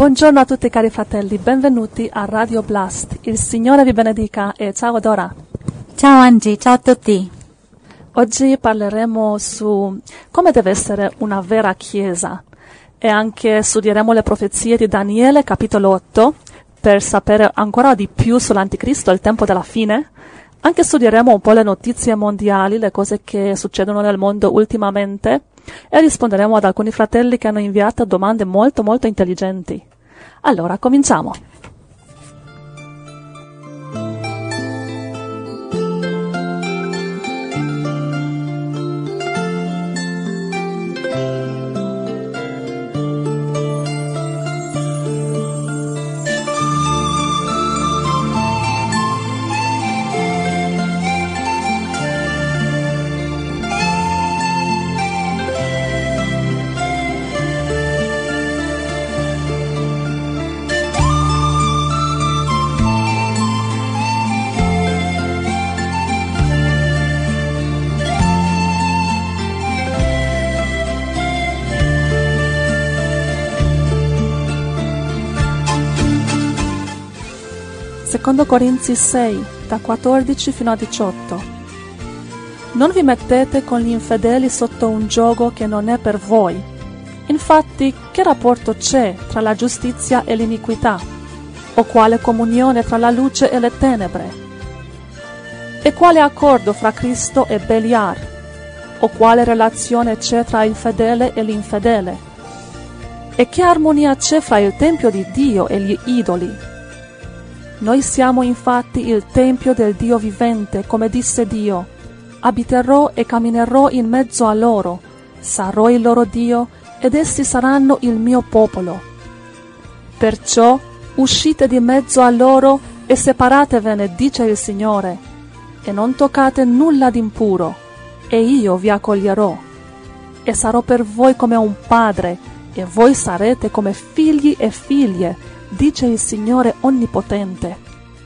Buongiorno a tutti cari fratelli, benvenuti a Radio Blast. Il Signore vi benedica e ciao Dora. Ciao Angie, ciao a tutti. Oggi parleremo su come deve essere una vera chiesa e anche studieremo le profezie di Daniele capitolo 8 per sapere ancora di più sull'anticristo e il tempo della fine. Anche studieremo un po' le notizie mondiali, le cose che succedono nel mondo ultimamente e risponderemo ad alcuni fratelli che hanno inviato domande molto intelligenti. Allora, cominciamo. Secondo Corinzi 6, da 14 fino a 18. Non vi mettete con gli infedeli sotto un giogo che non è per voi. Infatti, che rapporto c'è tra la giustizia e l'iniquità? O quale comunione tra la luce e le tenebre? E quale accordo fra Cristo e Beliar? O quale relazione c'è tra il fedele e l'infedele? E che armonia c'è fra il Tempio di Dio e gli idoli? Noi siamo infatti il Tempio del Dio vivente, come disse Dio. Abiterò e camminerò in mezzo a loro, sarò il loro Dio, ed essi saranno il mio popolo. Perciò uscite di mezzo a loro e separatevene, dice il Signore, e non toccate nulla d'impuro, e io vi accoglierò. E sarò per voi come un padre, e voi sarete come figli e figlie, dice il Signore Onnipotente.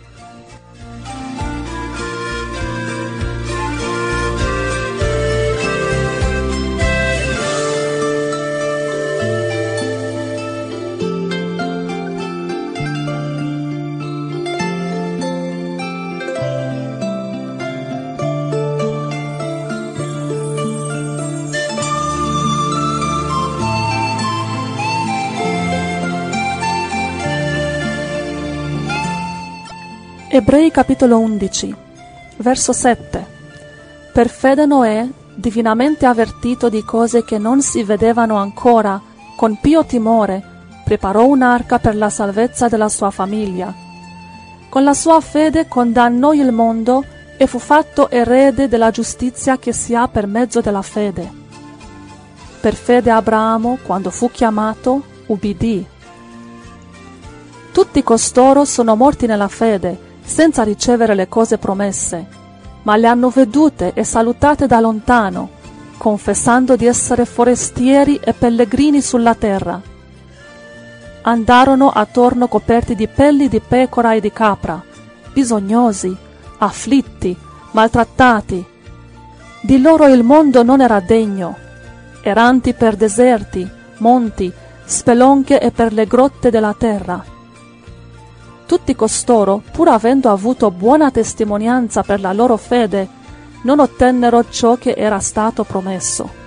Ebrei capitolo 11, verso 7. Per fede Noè, divinamente avvertito di cose che non si vedevano ancora, con pio timore, preparò un'arca per la salvezza della sua famiglia. Con la sua fede condannò il mondo e fu fatto erede della giustizia che si ha per mezzo della fede. Per fede Abramo, quando fu chiamato, ubbidì. Tutti costoro sono morti nella fede, senza ricevere le cose promesse, ma le hanno vedute e salutate da lontano, confessando di essere forestieri e pellegrini sulla terra. Andarono attorno coperti di pelli di pecora e di capra, bisognosi, afflitti, maltrattati. Di loro il mondo non era degno, erranti per deserti, monti, spelonche e per le grotte della terra. Tutti costoro, pur avendo avuto buona testimonianza per la loro fede, non ottennero ciò che era stato promesso.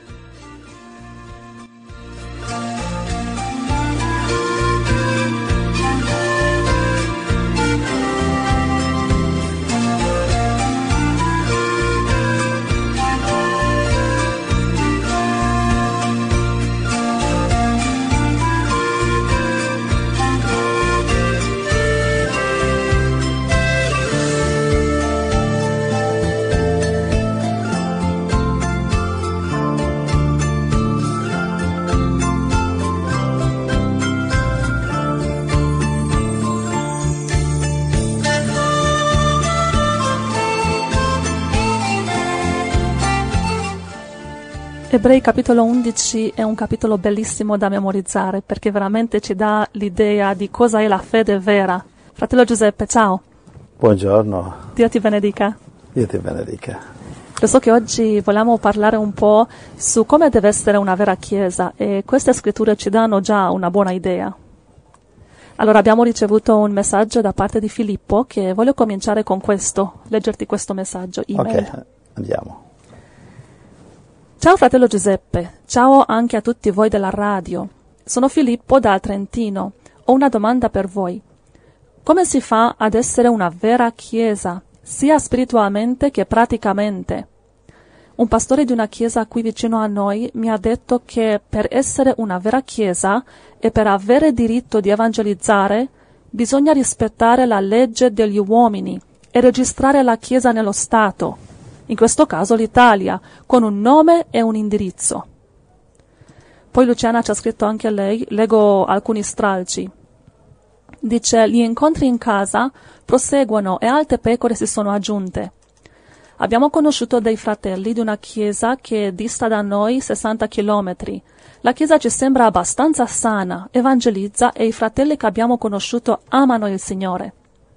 Ebrei capitolo 11 è un capitolo bellissimo da memorizzare perché veramente ci dà l'idea di cosa è la fede vera. Fratello Giuseppe, ciao. Buongiorno. Dio ti benedica. Dio ti benedica. Lo so che oggi vogliamo parlare un po' su come deve essere una vera chiesa e queste scritture ci danno già una buona idea. Allora abbiamo ricevuto un messaggio da parte di Filippo che voglio cominciare con questo, leggerti questo messaggio, email. Ok, andiamo. Ciao fratello Giuseppe, ciao anche a tutti voi della radio. Sono Filippo dal Trentino. Ho una domanda per voi. Come si fa ad essere una vera chiesa, sia spiritualmente che praticamente? Un pastore di una chiesa qui vicino a noi mi ha detto che per essere una vera chiesa e per avere diritto di evangelizzare bisogna rispettare la legge degli uomini e registrare la chiesa nello Stato, in questo caso l'Italia, con un nome e un indirizzo. Poi Luciana ci ha scritto anche lei, leggo alcuni stralci. Dice, gli incontri in casa proseguono e altre pecore si sono aggiunte. Abbiamo conosciuto dei fratelli di una chiesa che dista da noi 60 chilometri. La chiesa ci sembra abbastanza sana, evangelizza e i fratelli che abbiamo conosciuto amano il Signore.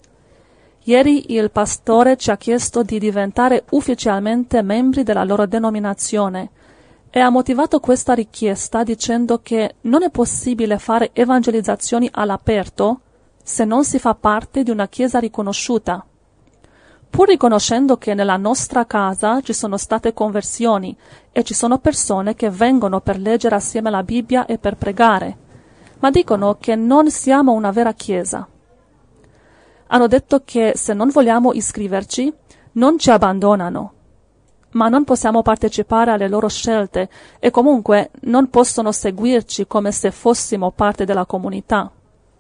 Ieri il pastore ci ha chiesto di diventare ufficialmente membri della loro denominazione e ha motivato questa richiesta dicendo che non è possibile fare evangelizzazioni all'aperto se non si fa parte di una chiesa riconosciuta. Pur riconoscendo che nella nostra casa ci sono state conversioni e ci sono persone che vengono per leggere assieme la Bibbia e per pregare, ma dicono che non siamo una vera chiesa. Hanno detto che se non vogliamo iscriverci, non ci abbandonano, ma non possiamo partecipare alle loro scelte e comunque non possono seguirci come se fossimo parte della comunità.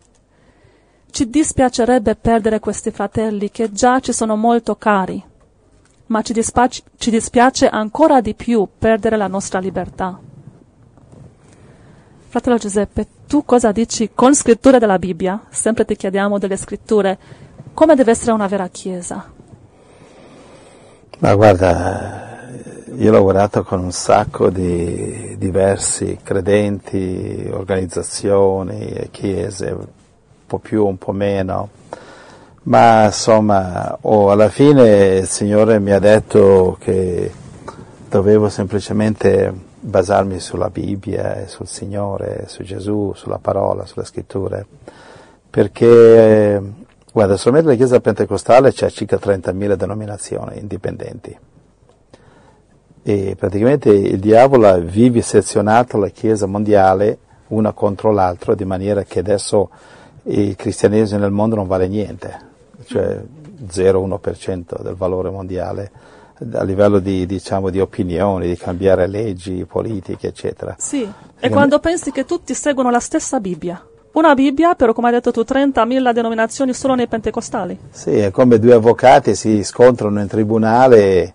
Ci dispiacerebbe perdere questi fratelli che già ci sono molto cari, ma ci dispiace ancora di più perdere la nostra libertà. Fratello Giuseppe, tu cosa dici con scritture della Bibbia? Sempre ti chiediamo delle scritture. Come deve essere una vera chiesa? Ma guarda, io ho lavorato con un sacco di diversi credenti, organizzazioni, chiese, un po' più, un po' meno, ma insomma, alla fine il Signore mi ha detto che dovevo semplicemente basarmi sulla Bibbia e sul Signore, su Gesù, sulla parola, sulle scritture, perché guarda, solamente la Chiesa Pentecostale c'è circa 30.000 denominazioni indipendenti e praticamente il diavolo ha vivisezionato la Chiesa mondiale una contro l'altra, di maniera che adesso il cristianesimo nel mondo non vale niente, cioè 0,1% del valore mondiale a livello di opinioni, di cambiare leggi, politiche, eccetera. Sì, e quando pensi che tutti seguono la stessa Bibbia, una Bibbia, però come hai detto tu, 30.000 denominazioni solo nei pentecostali. Sì, è come due avvocati si scontrano in tribunale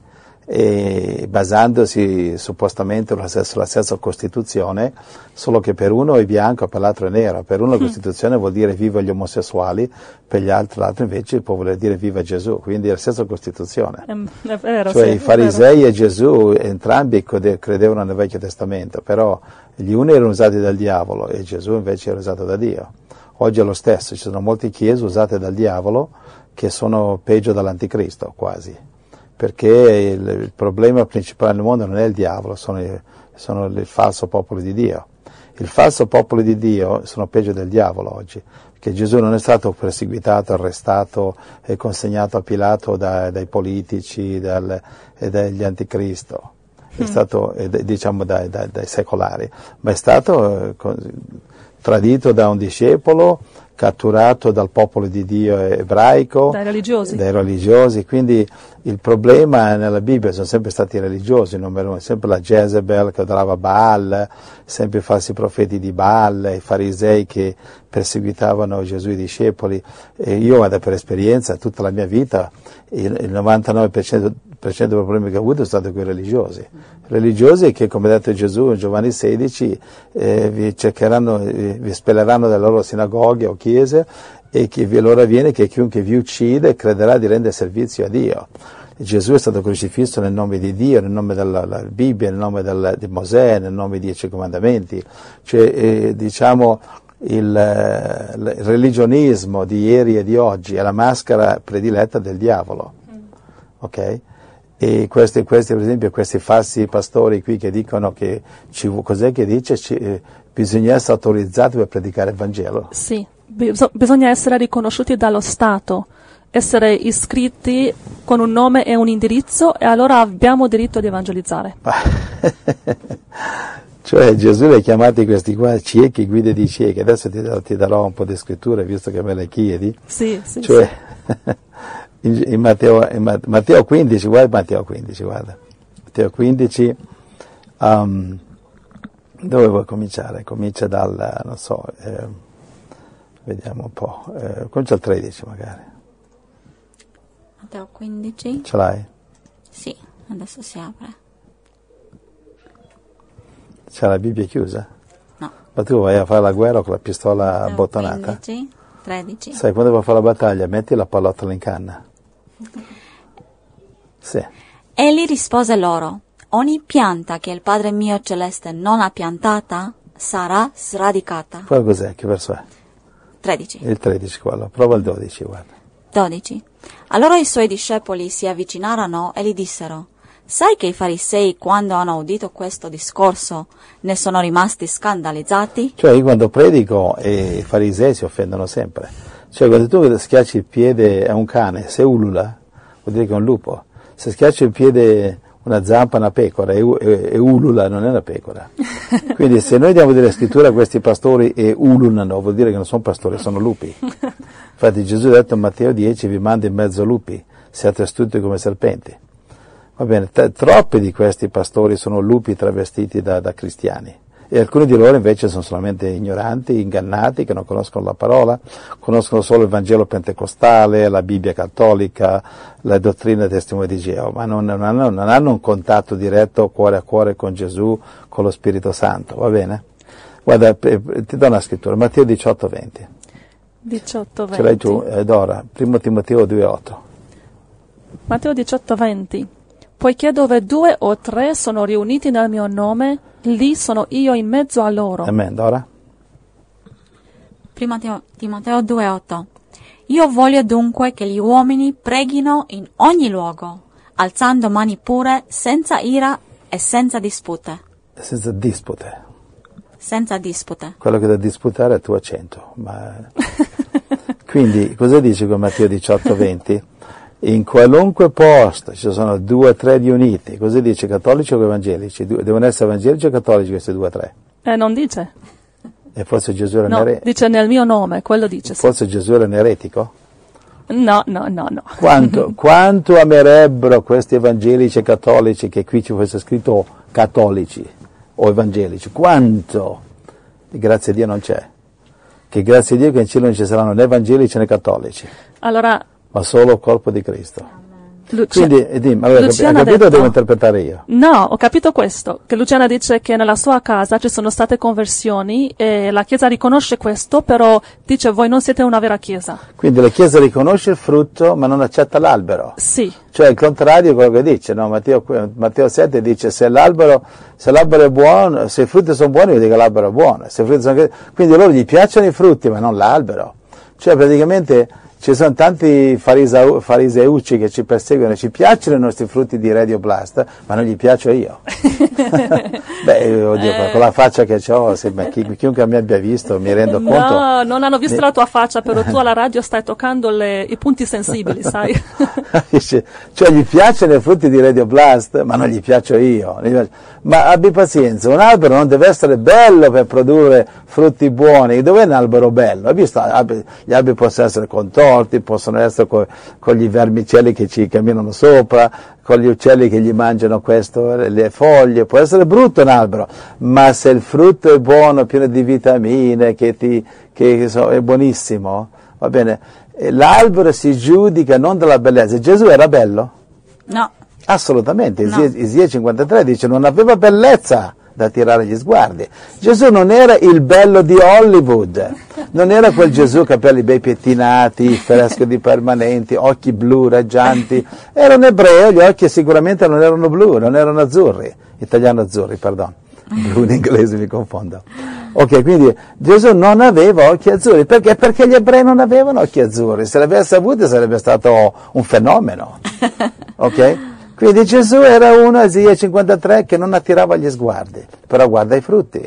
e basandosi suppostamente sulla stessa Costituzione, solo che per uno è bianco e per l'altro è nero. Per uno la Costituzione vuol dire viva gli omosessuali, per l'altro invece può voler dire viva Gesù, quindi è la stessa Costituzione. È vero, cioè sì, i farisei e Gesù entrambi credevano nel Vecchio Testamento, però gli uni erano usati dal diavolo e Gesù invece era usato da Dio. Oggi è lo stesso, ci sono molte chiese usate dal diavolo che sono peggio dell'anticristo quasi. Perché il problema principale nel mondo non è il diavolo, sono il falso popolo di Dio. Il falso popolo di Dio sono peggio del diavolo oggi, perché Gesù non è stato perseguitato, arrestato e consegnato a Pilato dai politici e dagli anticristo, è stato, diciamo dai secolari, ma è stato tradito da un discepolo, catturato dal popolo di Dio ebraico, dai religiosi, quindi il problema nella Bibbia sono sempre stati i religiosi, numero uno, sempre la Jezebel che adorava Baal, sempre i falsi profeti di Baal, i farisei che perseguitavano Gesù e i discepoli, e io vado per esperienza, tutta la mia vita, il 99% dei problemi che ho avuto sono stati con i religiosi che, come ha detto Gesù in Giovanni 16, vi spelleranno dalle loro sinagoghe o chiese, e che l'ora viene che chiunque vi uccide crederà di rendere servizio a Dio. Gesù è stato crocifisso nel nome di Dio, nel nome della Bibbia, nel nome di Mosè, nel nome dei 10 comandamenti. Cioè, diciamo, il religionismo di ieri e di oggi è la maschera prediletta del diavolo. Ok? E questi per esempio, questi falsi pastori qui che dicono che cos'è che dice? Bisogna essere autorizzati per predicare il Vangelo. Sì, bisogna essere riconosciuti dallo Stato, essere iscritti con un nome e un indirizzo, e allora abbiamo diritto di evangelizzare. Cioè Gesù li ha chiamati questi qua ciechi, guide di ciechi. Adesso ti darò un po' di scritture, visto che me le chiedi. Sì. Cioè, in Matteo 15, guarda Matteo 15, guarda. Matteo 15, dove vuoi cominciare? Comincia dal, non so, vediamo un po', comincia al 13 magari. Matteo 15? Ce l'hai? Sì, adesso si apre. C'è la Bibbia chiusa? No. Ma tu vai a fare la guerra con la pistola Matteo bottonata? 15, 13. Sai, quando vai a fare la battaglia, metti la pallottola in canna. Sì. Egli rispose loro: ogni pianta che il Padre mio celeste non ha piantata sarà sradicata. Quello cos'è? Che verso è? 13. Il 13 quello. Prova il 12, guarda. 12. Allora i suoi discepoli si avvicinarono e gli dissero: sai che i farisei, quando hanno udito questo discorso, ne sono rimasti scandalizzati? Cioè io quando predico i farisei si offendono sempre. Cioè quando tu schiacci il piede a un cane, se ulula, vuol dire che è un lupo. Se schiacci il piede una zampa a una pecora e ulula, non è una pecora. Quindi se noi diamo delle scritture a questi pastori e ululano, vuol dire che non sono pastori, sono lupi. Infatti Gesù ha detto in Matteo 10: vi mando in mezzo lupi, siate astuti come serpenti. Va bene, troppi di questi pastori sono lupi travestiti da cristiani, e alcuni di loro invece sono solamente ignoranti, ingannati, che non conoscono la parola, conoscono solo il Vangelo pentecostale, la Bibbia cattolica, la dottrina dei testimoni di Geova, ma non hanno un contatto diretto cuore a cuore con Gesù, con lo Spirito Santo, va bene? Guarda, ti do una scrittura, Matteo 18:20. 18:20. Ce l'hai tu, Dora, 1 Timoteo 2:8. Matteo 18:20. Poiché dove 2 o 3 sono riuniti nel mio nome, lì sono io in mezzo a loro. Amen, Dora? Prima Timoteo 2:8. Io voglio dunque che gli uomini preghino in ogni luogo, alzando mani pure, senza ira e senza dispute. Senza dispute. Senza dispute. Quello che da disputare è il tuo accento. Ma... Quindi, cosa dice con Matteo 18:20? In qualunque posto ci sono 2 o 3 riuniti, cosa dice, cattolici o evangelici? Devono essere evangelici o cattolici questi 2 o 3? Non dice. E forse Gesù era No, dice nel mio nome, quello dice. Forse Gesù era un eretico? No. Quanto amerebbero questi evangelici e cattolici che qui ci fosse scritto cattolici o evangelici? Quanto? E grazie a Dio non c'è. Che grazie a Dio che in cielo non ci saranno né evangelici né cattolici. Allora, ma solo corpo di Cristo. Luciana, quindi, allora, hai capito o devo interpretare io? No, ho capito questo, che Luciana dice che nella sua casa ci sono state conversioni e la Chiesa riconosce questo, però dice voi non siete una vera Chiesa. Quindi la Chiesa riconosce il frutto ma non accetta l'albero. Sì. Cioè il contrario di quello che dice, no? Matteo 7 dice se l'albero è buono, se i frutti sono buoni vuol dire che l'albero è buono. Quindi a loro gli piacciono i frutti ma non l'albero. Cioè praticamente... Ci sono tanti fariseucci che ci perseguono, ci piacciono i nostri frutti di Radio Blast, ma non gli piaccio io. Beh, oddio, con la faccia che ho, chiunque mi abbia visto mi rendo conto. No, non hanno visto la tua faccia, però tu alla radio stai toccando i punti sensibili, sai? Cioè gli piacciono i frutti di Radio Blast, ma non gli piaccio io. Ma abbi pazienza, un albero non deve essere bello per produrre frutti buoni. Dov'è un albero bello? Hai visto? Gli alberi possono essere contorti, possono essere con gli vermicelli che ci camminano sopra, con gli uccelli che gli mangiano le foglie. Può essere brutto un albero, ma se il frutto è buono, pieno di vitamine, che è buonissimo, va bene. L'albero si giudica non dalla bellezza. Gesù era bello? No. Assolutamente, No. Isaia 53 dice non aveva bellezza da tirare gli sguardi. Gesù non era il bello di Hollywood, non era quel Gesù capelli bei pettinati, freschi permanenti, occhi blu raggianti, era un ebreo, gli occhi sicuramente non erano blu, non erano azzurri, italiano azzurri, perdono, blu in inglese mi confondo. Ok, quindi Gesù non aveva occhi azzurri, perché? Perché gli ebrei non avevano occhi azzurri, se l'avesse avuto sarebbe stato un fenomeno, ok? Quindi Gesù era uno, Isaia 53, che non attirava gli sguardi, però guarda i frutti.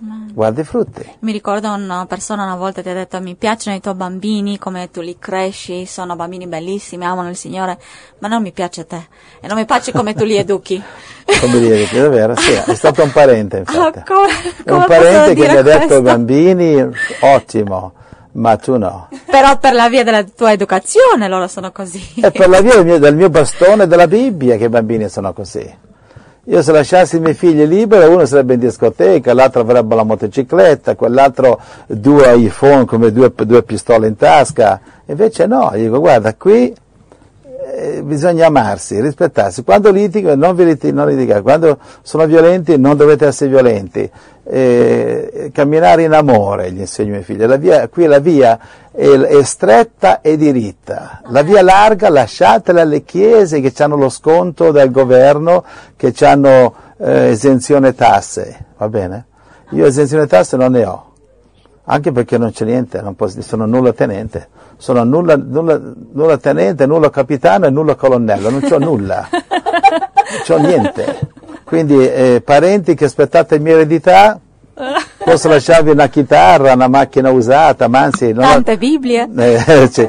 Guarda i frutti. Mi ricordo una persona una volta ti ha detto: mi piacciono i tuoi bambini, come tu li cresci, sono bambini bellissimi, amano il Signore, ma non mi piace te e non mi piace come tu li educhi. Come li educhi, è vero? Sì, è stato un parente, infatti. Come un parente che mi ha detto questo? ai bambini, ottimo, ma tu no. Però per la via della tua educazione loro sono così. È per la via del mio bastone della Bibbia che i bambini sono così. Io se lasciassi i miei figli liberi, uno sarebbe in discoteca, l'altro avrebbe la motocicletta, quell'altro 2 iPhone come due pistole in tasca. Invece no, io dico guarda, qui bisogna amarsi, rispettarsi. Quando litigano non litigate, quando sono violenti non dovete essere violenti. Camminare in amore, gli insegno ai miei figli. Qui la via è stretta e diritta. La via larga lasciatela alle chiese che hanno lo sconto del governo, che hanno esenzione tasse, va bene? Io esenzione tasse non ne ho, anche perché non c'è niente, sono nulla tenente, sono nulla tenente, nulla capitano e nulla colonnello, non c'ho nulla, non c'ho niente. Quindi parenti che aspettate mia eredità, posso lasciarvi una chitarra, una macchina usata, ma anzi tante Bibbie, cioè,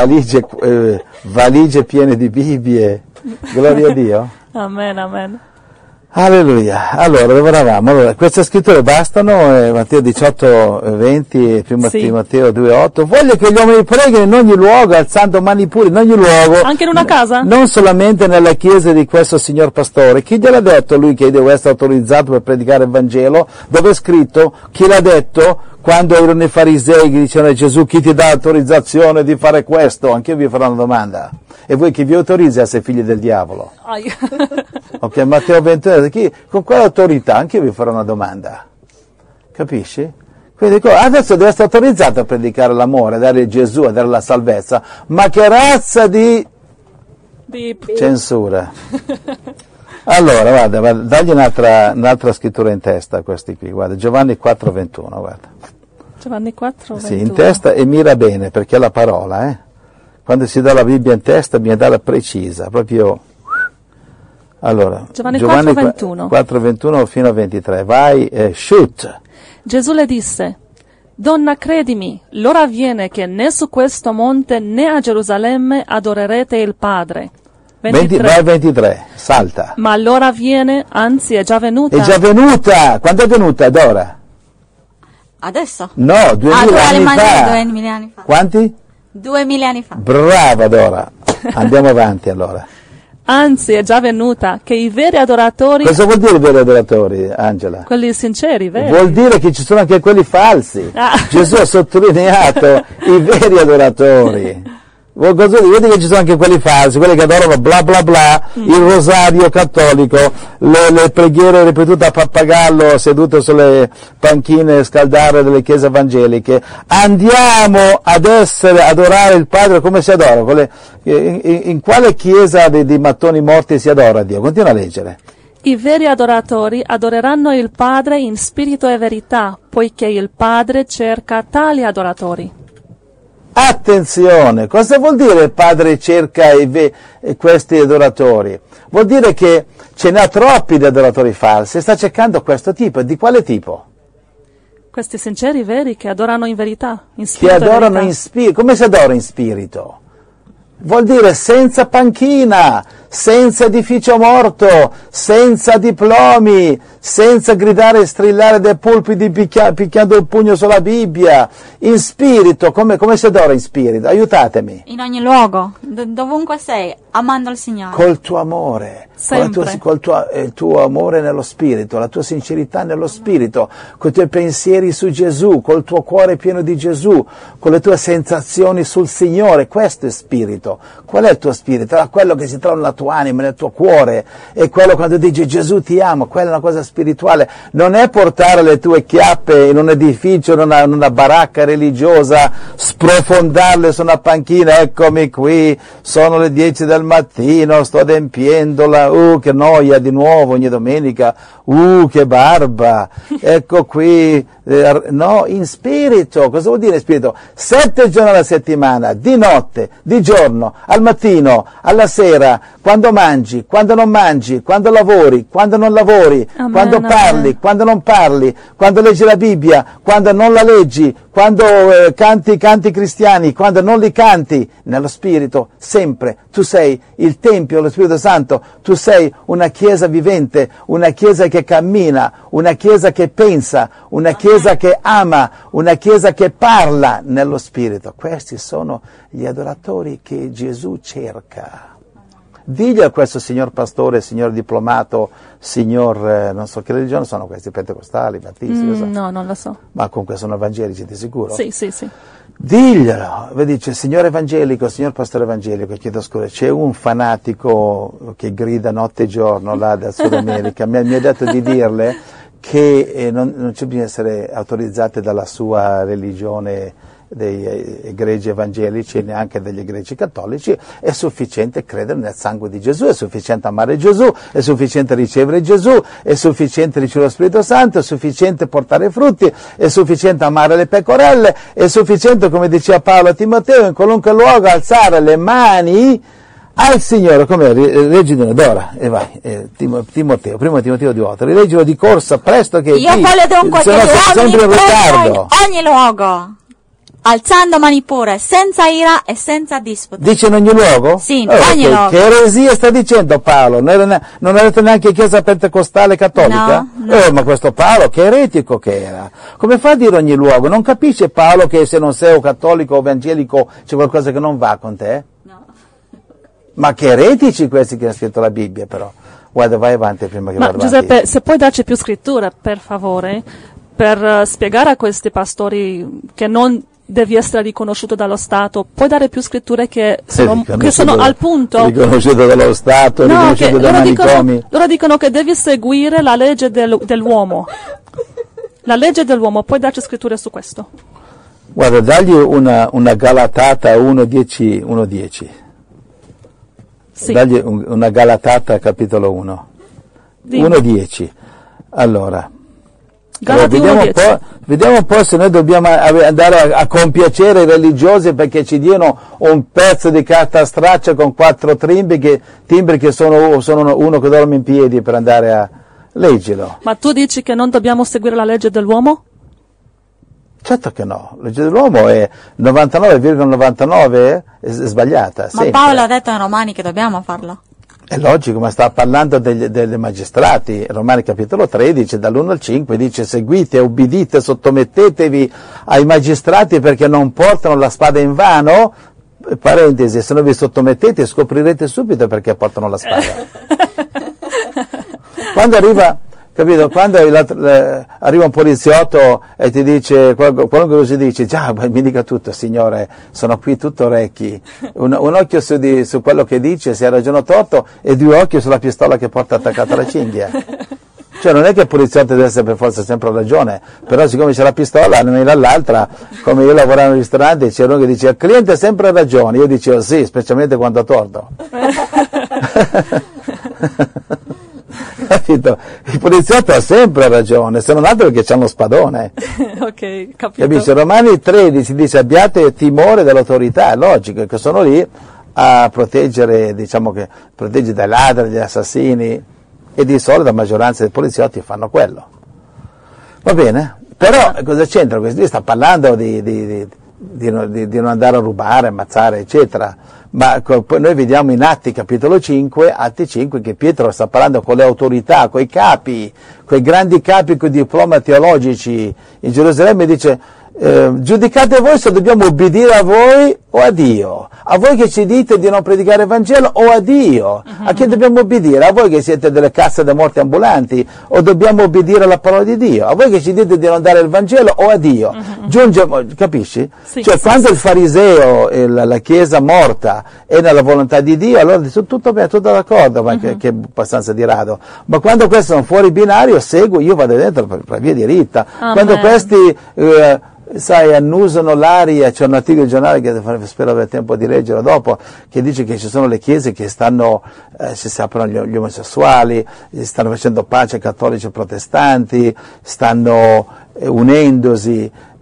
valigie piene di Bibbie, gloria a Dio. Amen, amen. Alleluia. Allora, dove eravamo? Allora, queste scritture bastano, Matteo 18, 20 e Sì. Matteo 2, 8. Voglio che gli uomini preghino in ogni luogo, alzando mani pure, in ogni luogo. Anche in una casa? Non solamente nella chiesa di questo signor pastore. Chi gliel'ha detto lui che deve essere autorizzato per predicare il Vangelo? Dove è scritto? Chi l'ha detto? Quando erano i farisei che dicevano a Gesù, chi ti dà autorizzazione di fare questo? Anche io vi farò una domanda. E voi chi vi autorizza a essere figli del diavolo? Ok, Matteo 21, con quale autorità? Anche io vi farò una domanda. Capisci? Quindi adesso deve essere autorizzato a predicare l'amore, a dare Gesù, a dare la salvezza. Ma che razza di censura? Allora, guarda, dagli un'altra scrittura in testa a questi qui. Guarda, Giovanni 4,21, guarda. Giovanni 4, 21. Sì, in testa e mira bene, perché è la parola, Quando si dà la Bibbia in testa bisogna darla precisa, proprio. Allora, Giovanni 4:21. 4:21 fino a 23. Vai, shoot. Gesù le disse: Donna, credimi, l'ora viene che né su questo monte né a Gerusalemme adorerete il Padre. 23. Vai 23, salta. Ma l'ora viene, anzi è già venuta. È già venuta. Quando è venuta? Ad ora? Adesso? No, 2000 anni fa. 2000 anni fa. Quanti? 2000 anni fa. Brava Dora. Andiamo avanti allora. Anzi è già venuta, che i veri adoratori, Cosa vuol dire veri adoratori, Angela? quelli sinceri, veri, Vuol dire che ci sono anche quelli falsi. Ah. Gesù ha sottolineato i veri adoratori. Vedi che ci sono anche quelli falsi, quelli che adorano bla bla bla, il rosario cattolico, le preghiere ripetute a pappagallo sedute sulle panchine scaldare delle chiese evangeliche. Andiamo ad adorare il Padre come si adora? In quale chiesa di mattoni morti si adora Dio? Continua a leggere. I veri adoratori adoreranno il Padre in spirito e verità, poiché il Padre cerca tali adoratori. Attenzione, cosa vuol dire il Padre cerca questi adoratori? Vuol dire che ce n'ha troppi di adoratori falsi, sta cercando questo tipo. Di quale tipo? Questi sinceri, veri, che adorano in verità, in Che spirito e adorano verità. in spirito. Come si adora in spirito? Vuol dire senza panchina, senza edificio morto, senza diplomi, senza gridare e strillare dai pulpiti picchiando il pugno sulla Bibbia, in spirito. Come si adora in spirito? Aiutatemi. In ogni luogo, dovunque sei, amando il Signore. Col tuo amore, Sempre. il tuo amore nello spirito, la tua sincerità nello spirito, con i tuoi pensieri su Gesù, col tuo cuore pieno di Gesù, con le tue sensazioni sul Signore. Questo è spirito. Qual è il tuo spirito? È quello che si trova nella tua anima, nel tuo cuore, è quello quando dici Gesù ti amo, quella è una cosa spirituale. Non è portare le tue chiappe in un edificio, in una baracca religiosa, sprofondarle su una panchina, eccomi qui, sono le 10 del mattino, sto adempiendola, che noia di nuovo ogni domenica, che barba, ecco qui, no, in spirito. Cosa vuol dire in spirito? 7 giorni alla settimana, di notte, di giorno, al mattino, alla sera, quando mangi, quando non mangi, quando lavori, quando non lavori, Amen, quando parli, amen. quando non parli, quando leggi la Bibbia, quando non la leggi, quando canti canti cristiani, quando non li canti, nello Spirito, sempre. Tu sei il Tempio dello Spirito Santo, tu sei una Chiesa vivente, una Chiesa che cammina, una Chiesa che pensa, una Chiesa che ama, una Chiesa che parla nello Spirito. Questi sono gli adoratori che Gesù cerca. Digli a questo signor pastore, signor diplomato, signor, non so che religione sono questi, pentecostali, battisti, lo so. No, non lo so. Ma comunque sono evangelici, di sicuro? Sì, sì, sì. Diglielo, dice, signor evangelico, signor pastore evangelico, chiedo scusa, c'è un fanatico che grida notte e giorno là da Sud America, mi ha detto di dirle che non c'è bisogno di essere autorizzati dalla sua religione dei egregi evangelici e neanche degli egregi cattolici, è sufficiente credere nel sangue di Gesù, è sufficiente amare Gesù, è sufficiente ricevere Gesù, è sufficiente ricevere lo Spirito Santo, è sufficiente portare frutti, è sufficiente amare le pecorelle, è sufficiente, come diceva Paolo a Timoteo, in qualunque luogo alzare le mani al Signore, come leggilo d'ora, e vai, Timoteo, primo Timoteo 2:8, rileggilo di corsa, presto che Io voglio dunque che sempre in uomini ritardo. in ogni luogo, alzando mani pure, senza ira e senza disputa. Dice in ogni luogo? Sì, in ogni luogo. Che eresia sta dicendo Paolo? Non ha detto neanche Chiesa Pentecostale Cattolica? No. Ma questo Paolo che eretico che era! Come fa a dire ogni luogo? Non capisce Paolo che se non sei o cattolico o evangelico c'è qualcosa che non va con te? No. Ma che eretici questi che hanno scritto la Bibbia però. Guarda, vai avanti prima che Ma vada Giuseppe, avanti. se puoi darci più scrittura, per favore, per spiegare a questi pastori che non devi essere riconosciuto dallo Stato, puoi dare più scritture che sono al punto? Riconosciuto dallo Stato, No, riconosciuto dai manicomi. loro dicono che devi seguire la legge dell'uomo. La legge dell'uomo, puoi darci scritture su questo? Guarda, dagli una Galatata 1:10. Sì. Dagli una Galatata capitolo 1. Dimmi. 1:10. Allora. Galati Vediamo 1:10. vediamo un po' se noi dobbiamo andare a compiacere i religiosi perché ci diano un pezzo di carta straccia con 4 timbri che sono uno che dorme in piedi per andare a leggilo. Ma tu dici che non dobbiamo seguire la legge dell'uomo? Certo che no, la legge dell'uomo è 99,99 è sbagliata. Ma sempre. Paolo ha detto ai Romani che dobbiamo farlo. È logico, ma sta parlando dei magistrati. Romani capitolo 13, dall'1 al 5, dice: seguite, ubbidite, sottomettetevi ai magistrati perché non portano la spada in vano. Parentesi, se non vi sottomettete scoprirete subito perché portano la spada. Quando arriva un poliziotto e ti dice, qualunque cosa dice, già, mi dica tutto, signore, sono qui tutto orecchi. Un occhio su quello che dice, se ha ragione o torto, e 2 occhi sulla pistola che porta attaccata alla cinghia. Cioè non è che il poliziotto deve essere per forza sempre ragione, però siccome c'è la pistola, non era l'altra, come io lavoravo in ristorante, c'era uno che diceva, il cliente ha sempre ragione, io dicevo sì, specialmente quando ha torto. Capito? Il poliziotto ha sempre ragione, se non altro perché c'ha uno spadone. Ok, capito. Capisci? Romani 13 dice abbiate timore dell'autorità, è logico che sono lì a proteggere, diciamo che protegge dai ladri, dagli assassini, e di solito la maggioranza dei poliziotti fanno quello. Va bene? Però cosa c'entra? Questo sta parlando di non andare a rubare, ammazzare, eccetera. Ma poi noi vediamo in Atti capitolo 5, Atti 5, che Pietro sta parlando con le autorità, con i capi, con i grandi capi, con i diploma teologici in Gerusalemme, dice giudicate voi se dobbiamo obbedire a voi o a Dio, a voi che ci dite di non predicare il Vangelo o a Dio, a chi dobbiamo obbedire? A voi che siete delle casse da morti ambulanti o dobbiamo obbedire alla parola di Dio? A voi che ci dite di non dare il Vangelo o a Dio? Giunge, capisci? Sì, cioè sì, quando il fariseo e la Chiesa morta è nella volontà di Dio, allora tutto bene, tutto d'accordo, ma che è abbastanza di rado. Ma quando questi sono fuori binario, seguo, io vado dentro per la via diritta. Quando questi annusano l'aria, c'è un articolo di giornale che spero aver tempo di leggere dopo, che dice che ci sono le chiese che stanno, si aprono gli omosessuali, stanno facendo pace cattolici e protestanti, stanno unendosi,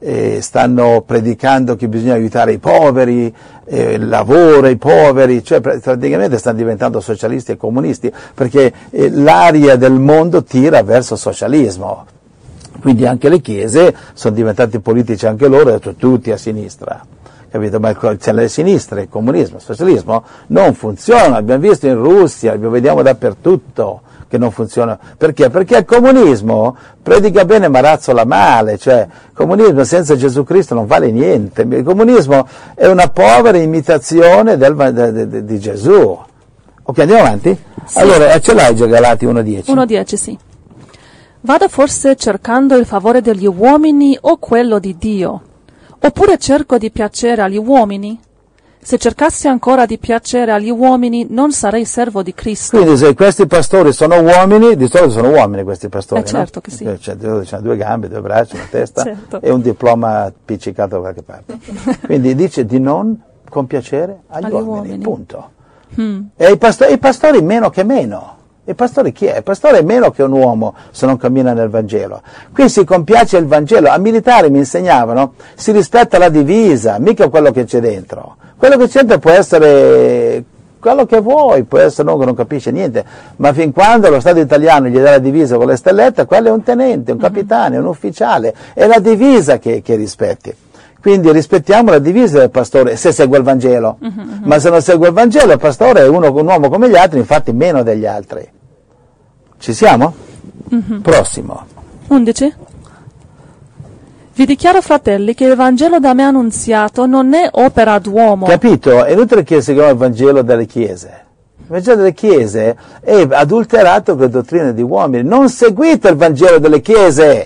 stanno predicando che bisogna aiutare i poveri, il lavoro ai poveri, cioè praticamente stanno diventando socialisti e comunisti, perché l'aria del mondo tira verso il socialismo. Quindi anche le chiese sono diventate politici anche loro, tutti a sinistra. Capito? Ma c'è la sinistra, il comunismo, il socialismo non funziona, abbiamo visto in Russia, lo vediamo dappertutto che non funziona. Perché? Perché il comunismo predica bene ma razzola male, cioè il comunismo senza Gesù Cristo non vale niente, il comunismo è una povera imitazione di Gesù. Ok, andiamo avanti? Sì. Allora, ce l'hai già Galati 1.10? 1.10, sì. Vado forse cercando il favore degli uomini o quello di Dio? Oppure cerco di piacere agli uomini? Se cercassi ancora di piacere agli uomini, non sarei servo di Cristo. Quindi se questi pastori sono uomini, di solito sono uomini questi pastori, certo no? Che sì. C'hanno 2 gambe, 2 braccia, una testa certo. E un diploma appiccicato da qualche parte. Quindi dice di non compiacere agli uomini, punto. E i pastori meno che meno. Il pastore chi è? Il pastore è meno che un uomo se non cammina nel Vangelo. Qui si compiace il Vangelo. A militari mi insegnavano, si rispetta la divisa, mica quello che c'è dentro. Quello che c'è dentro può essere quello che vuoi, può essere uno che non capisce niente, ma fin quando lo Stato italiano gli dà la divisa con le stellette, quello è un tenente, un capitano, un ufficiale, è la divisa che rispetti. Quindi rispettiamo la divisa del pastore se segue il Vangelo, ma se non segue il Vangelo il pastore è un uomo come gli altri, infatti meno degli altri. Ci siamo? Prossimo. 11. Vi dichiaro, fratelli, che il Vangelo da me annunziato non è opera d'uomo. Capito? È inutile che seguiamo il Vangelo delle chiese. Il Vangelo delle chiese è adulterato con le dottrine di uomini. Non seguite il Vangelo delle chiese.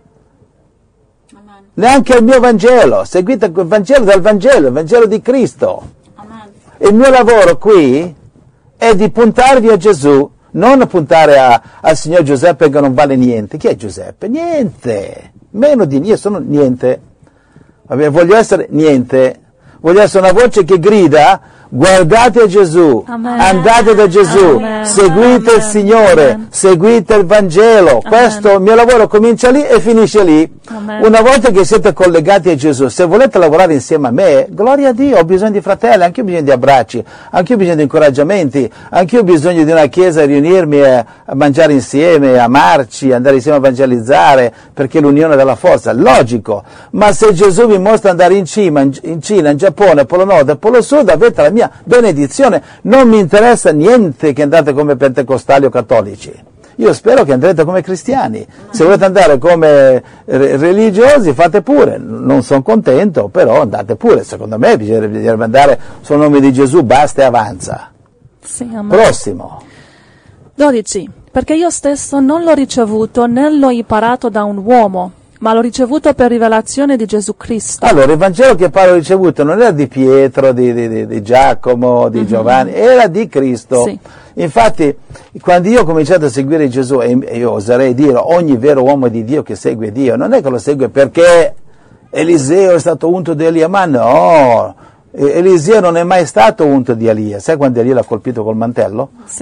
Amen. Neanche il mio Vangelo. Seguite il Vangelo dal Vangelo, il Vangelo di Cristo. Amen. Il mio lavoro qui è di puntarvi a Gesù, non puntare al signor Giuseppe che non vale niente. Chi è Giuseppe? Niente. Meno di io sono niente. Voglio essere niente. Voglio essere una voce che grida: guardate a Gesù, Amen. Andate da Gesù, Amen. seguite il Signore, Amen. Seguite il Vangelo. Amen. Questo il mio lavoro comincia lì e finisce lì. Amen. Una volta che siete collegati a Gesù, se volete lavorare insieme a me, gloria a Dio, ho bisogno di fratelli, anche io ho bisogno di abbracci, anche io ho bisogno di incoraggiamenti, anche io ho bisogno di una chiesa, riunirmi a mangiare insieme, amarci, andare insieme a evangelizzare, perché l'unione della forza, logico. Ma se Gesù vi mostra andare in Cina, in Giappone, Polo Nord e Polo Sud, avete la mia benedizione. Non mi interessa niente che andate come pentecostali o cattolici. Io spero che andrete come cristiani. Se volete andare come religiosi, fate pure. Non sono contento, però andate pure. Secondo me bisognerebbe andare sul nome di Gesù, basta e avanza. Sì, amen. Prossimo. 12. Perché io stesso non l'ho ricevuto né l'ho imparato da un uomo, ma l'ho ricevuto per rivelazione di Gesù Cristo. Allora, il Vangelo che Paolo ha ricevuto non era di Pietro, di Giacomo, di Giovanni, era di Cristo. Sì. Infatti, quando io ho cominciato a seguire Gesù, e io oserei dire ogni vero uomo di Dio che segue Dio, non è che lo segue perché Eliseo è stato unto di Elia, ma no, Eliseo non è mai stato unto di Elia. Sai quando Elia l'ha colpito col mantello? Sì.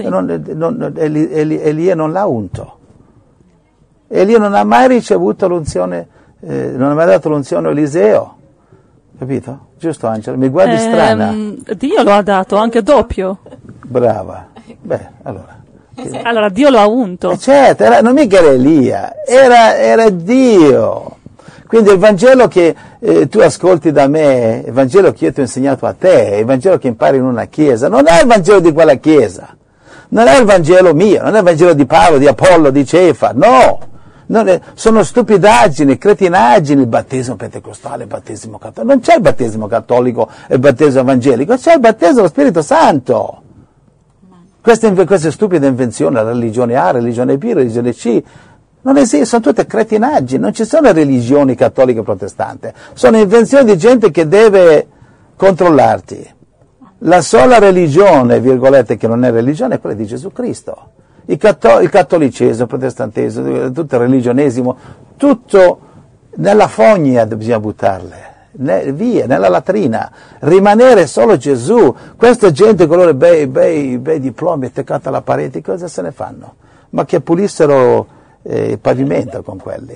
Elia non l'ha unto. Elia non ha mai ricevuto l'unzione, non ha mai dato l'unzione a Eliseo. Capito? Giusto, Angelo? Mi guardi strana. Dio lo ha dato, anche doppio. Brava. Beh, allora. Allora, Dio lo ha unto. Certo, non mica era Elia, era Dio. Quindi il Vangelo che tu ascolti da me, il Vangelo che io ti ho insegnato a te, il Vangelo che impari in una chiesa, non è il Vangelo di quella chiesa. Non è il Vangelo mio, non è il Vangelo di Paolo, di Apollo, di Cefa, no. Sono stupidaggini, cretinaggini, il battesimo pentecostale, il battesimo cattolico. Non c'è il battesimo cattolico e il battesimo evangelico, c'è il battesimo dello Spirito Santo. Queste stupide invenzioni, la religione A, religione B, religione C, non esiste, sono tutte cretinaggini, non ci sono religioni cattoliche e protestanti, sono invenzioni di gente che deve controllarti. La sola religione, virgolette, che non è religione è quella di Gesù Cristo. Il cattolicesimo, il protestantesimo, tutto il religionesimo, tutto nella fogna bisogna buttarle, via, nella latrina, rimanere solo Gesù. Questa gente con i loro bei diplomi attaccati alla parete, cosa se ne fanno? Ma che pulissero il pavimento con quelli.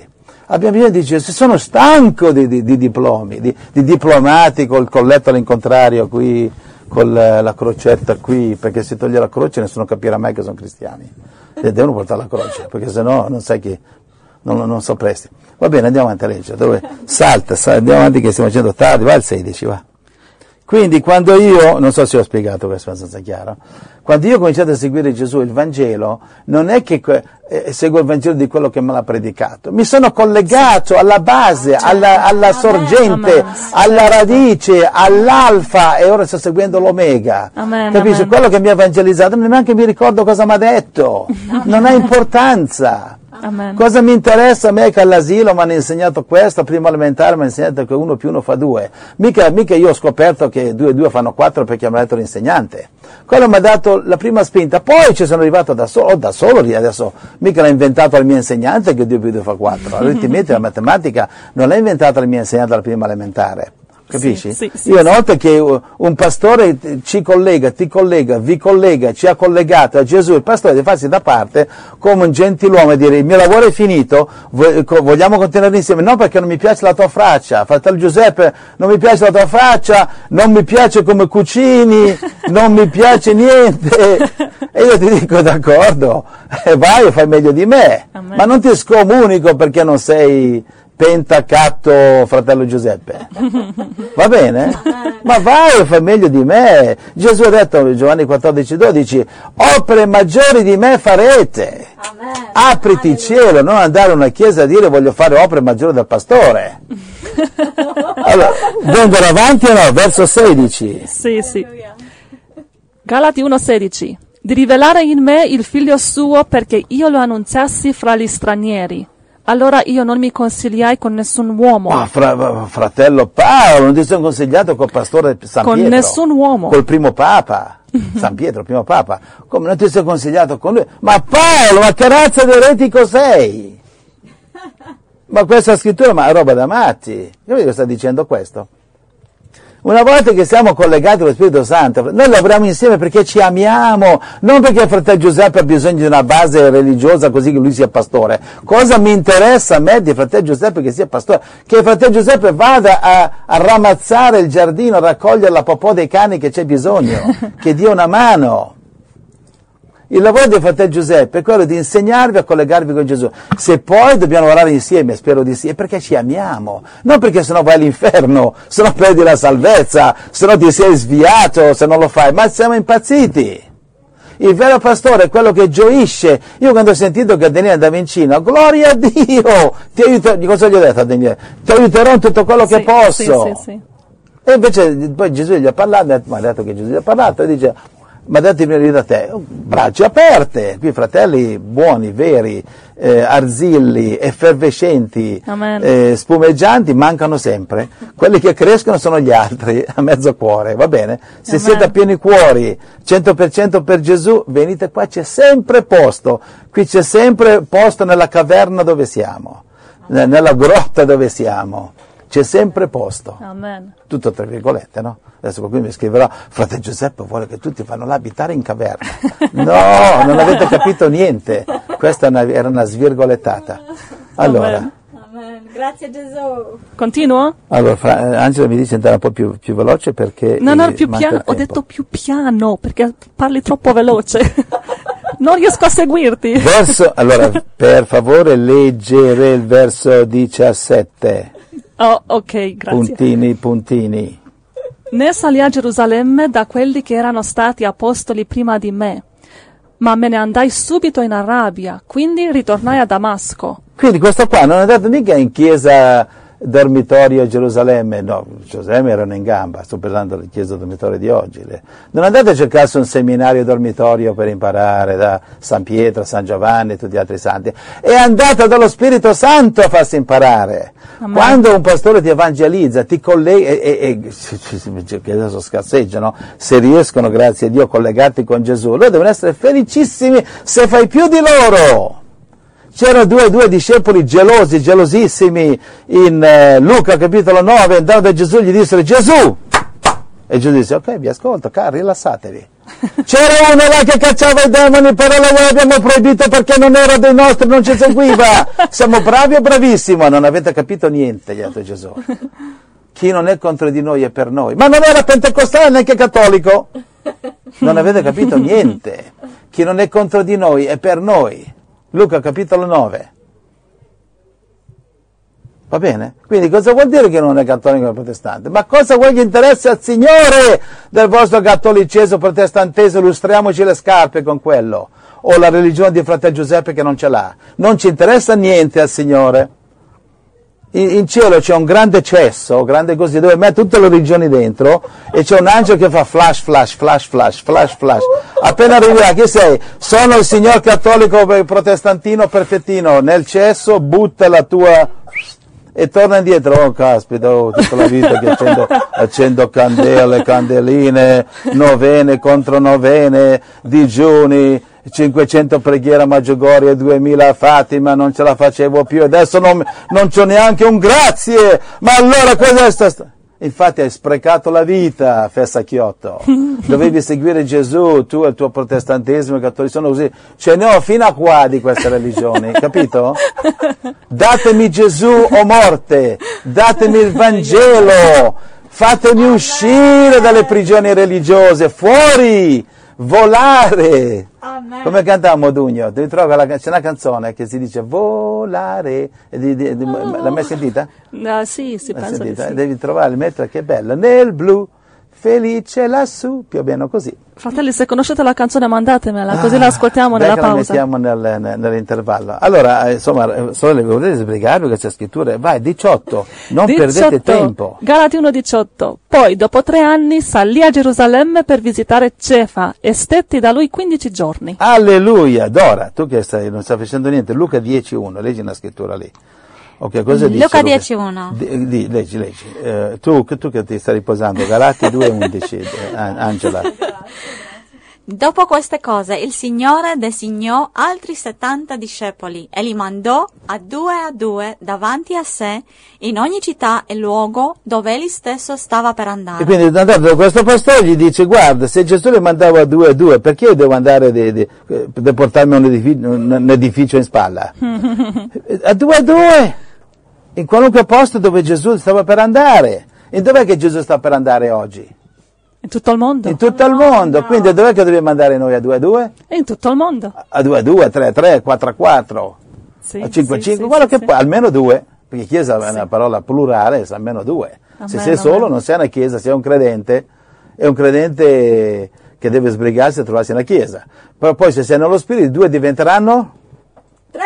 Abbiamo bisogno di Gesù. Sono stanco di diplomi, di diplomati col colletto all'incontrario qui, con la crocetta qui, perché se toglie la croce nessuno capirà mai che sono cristiani. Devono portare la croce, perché sennò non sai chi, non sapresti. Va bene, andiamo avanti a leggere. Salta, andiamo avanti che stiamo facendo tardi, va al 16, va. Quindi quando io, non so se ho spiegato questo, è abbastanza chiaro, quando io ho cominciato a seguire Gesù, il Vangelo, non è che seguo il Vangelo di quello che me l'ha predicato, mi sono collegato alla base, alla sorgente, alla radice, all'alfa, e ora sto seguendo l'omega. Capisci? Quello che mi ha evangelizzato, neanche mi ricordo cosa mi ha detto, non ha importanza. Amen. Cosa mi interessa a me che all'asilo mi hanno insegnato questo, prima elementare mi hanno insegnato che 1 + 1 fa 2. Mica io ho scoperto che 2 + 2 fanno 4 perché mi ha detto l'insegnante. Quello mi ha dato la prima spinta, poi ci sono arrivato da solo lì, adesso mica l'ha inventato il mio insegnante che 2 + 2 fa 4. L'aritmetica, la matematica non l'ha inventata il mio insegnante alla prima elementare. Capisci? Sì, Io una volta che un pastore ci collega, ti collega, vi collega, ci ha collegato a Gesù, il pastore deve farsi da parte come un gentiluomo e dire: il mio lavoro è finito, vogliamo continuare insieme. No, perché non mi piace la tua faccia, fratello Giuseppe, non mi piace la tua faccia, non mi piace come cucini, non mi piace niente. E io ti dico: d'accordo, vai e fai meglio di me. Amen. Ma non ti scomunico perché non sei pentacatto fratello Giuseppe, va bene? Ma vai e fai meglio di me. Gesù ha detto, Giovanni 14,12, opere maggiori di me farete. Amen. Apriti il cielo, non andare a una chiesa a dire voglio fare opere maggiori del pastore. Allora, devo andare avanti o no? Verso 16. Sì. Galati 1,16, di rivelare in me il figlio suo perché io lo annunziassi fra gli stranieri. Allora io non mi consigliai con nessun uomo. Ma fratello Paolo, non ti sono consigliato col pastore San Pietro? Con nessun uomo. Col primo Papa, San Pietro, il primo Papa. Come non ti sei consigliato con lui? Ma Paolo, ma che razza di eretico sei? Ma questa scrittura, ma è roba da matti. Che sta dicendo questo? Una volta che siamo collegati allo Spirito Santo, noi lavoriamo insieme perché ci amiamo, non perché il fratello Giuseppe ha bisogno di una base religiosa così che lui sia pastore. Cosa mi interessa a me di fratello Giuseppe che sia pastore? Che il fratello Giuseppe vada a ramazzare il giardino, a raccogliere la popò dei cani che c'è bisogno, che dia una mano. Il lavoro del fratello Giuseppe è quello di insegnarvi a collegarvi con Gesù. Se poi dobbiamo lavorare insieme, spero di sì, è perché ci amiamo, non perché sennò vai all'inferno, sennò perdi la salvezza, sennò ti sei sviato se non lo fai, ma siamo impazziti. Il vero pastore è quello che gioisce. Io quando ho sentito che Daniele andava in Cina, gloria a Dio, ti aiuterò, cosa gli ho detto a Daniele? Ti aiuterò in tutto quello che posso. Sì. E invece poi Gesù gli ha parlato, mi ha detto che Gesù gli ha parlato e dice: ma date venire da te, braccia aperte, qui fratelli buoni, veri, arzilli, effervescenti, spumeggianti mancano sempre, quelli che crescono sono gli altri, a mezzo cuore, va bene? Se siete a pieni cuori, 100% per Gesù, venite qua, c'è sempre posto, qui c'è sempre posto nella caverna dove siamo, nella grotta dove siamo. C'è sempre posto. Amen. Tutto tra virgolette, no? Adesso qualcuno mi scriverà: fratello Giuseppe vuole che tutti vanno là a abitare in caverna. No, non avete capito niente. Questa era una svirgolettata. Allora. Amen. Grazie Gesù. Continuo? Allora, Angela mi dice andare un po' più veloce perché... No, più piano. Ho detto più piano perché parli troppo veloce. Non riesco a seguirti. Allora, per favore, leggere il verso 17. Oh, ok, grazie. Puntini. Ne salì a Gerusalemme da quelli che erano stati apostoli prima di me, ma me ne andai subito in Arabia, quindi ritornai a Damasco. Quindi questo qua non è andato mica in chiesa dormitorio a Gerusalemme, no, Gerusalemme erano in gamba, sto parlando della chiesa dormitorio di oggi. Non andate a cercarsi un seminario dormitorio per imparare da San Pietro, San Giovanni e tutti gli altri santi, è andata dallo Spirito Santo a farsi imparare. Amen. Quando un pastore ti evangelizza, ti collega, e che adesso scarseggiano, se riescono, grazie a Dio, a collegarti con Gesù, loro devono essere felicissimi se fai più di loro. C'erano due discepoli gelosissimi in Luca capitolo 9, andando da Gesù gli dissero: Gesù! E Gesù disse: ok, vi ascolto, rilassatevi. C'era uno là che cacciava i demoni, però lo abbiamo proibito perché non era dei nostri, non ci seguiva. Siamo bravi o bravissimi, non avete capito niente, gli ha detto Gesù. Chi non è contro di noi è per noi. Ma non era pentecostale neanche cattolico. Non avete capito niente. Chi non è contro di noi è per noi. Luca capitolo 9. Va bene? Quindi cosa vuol dire che non è cattolico o protestante? Ma cosa vuoi che interessi al Signore del vostro cattolicesimo, protestantesimo? Lustriamoci le scarpe con quello. O la religione di fratello Giuseppe che non ce l'ha. Non ci interessa niente al Signore. In cielo c'è un grande cesso, grande così, dove mette tutte le religioni dentro e c'è un angelo che fa flash, flash, flash, flash, flash, flash. Appena arriverà, chi sei? Sono il signor cattolico protestantino perfettino, nel cesso butta la tua e torna indietro. Oh caspita, tutta la vita che accendo candele, candeline, novene contro novene, digiuni, 500 preghiere a Medjugorje, 2000 a Fatima, non ce la facevo più, adesso non c'ho neanche un grazie, ma allora cos'è sta? Infatti hai sprecato la vita, Fessacchiotto, dovevi seguire Gesù, tu e il tuo protestantesimo, il cattolicesimo, così, ce ne ho fino a qua di queste religioni, capito? Datemi Gesù o morte, datemi il Vangelo, fatemi uscire dalle prigioni religiose, fuori, volare. Amen. Come cantava Modugno, c'è una canzone che si dice volare, l'hai mai sentita? Sì, penso di sì. Devi trovare, mettere, che bella, nel blu, felice lassù, più o meno così. Fratelli, se conoscete la canzone mandatemela, così la ascoltiamo nella pausa. La mettiamo nell'intervallo. Allora, insomma, solo volete spiegarvi questa scrittura? Vai, 18, non 18, perdete tempo. Galati 1,18. Poi, dopo 3 anni, salì a Gerusalemme per visitare Cefa e stetti da lui 15 giorni. Alleluia! Dora, tu che non stai facendo niente, Luca 10,1, leggi una scrittura lì. Okay, cosa dice Luca 10,1. Leggi. Tu che ti stai riposando, Galati 2,11, Angela. Dopo queste cose il Signore designò altri 70 discepoli e li mandò a due davanti a sé in ogni città e luogo dove egli stesso stava per andare. E quindi da questo pastore gli dice: guarda, se Gesù li mandava a due, perché io devo andare a portarmi un edificio in spalla? A due, in qualunque posto dove Gesù stava per andare. E dov'è che Gesù sta per andare oggi? In tutto il mondo. In tutto il mondo, quindi dov'è che dobbiamo andare noi a 2? In tutto il mondo. A 2, 3, 4, sì, a 5, quello che può, almeno 2, perché chiesa è una parola plurale, è almeno 2. Se sei solo non sei una chiesa, sei un credente, è un credente che deve sbrigarsi a trovarsi una chiesa. Però poi se sei nello spirito, 2 diventeranno? 3.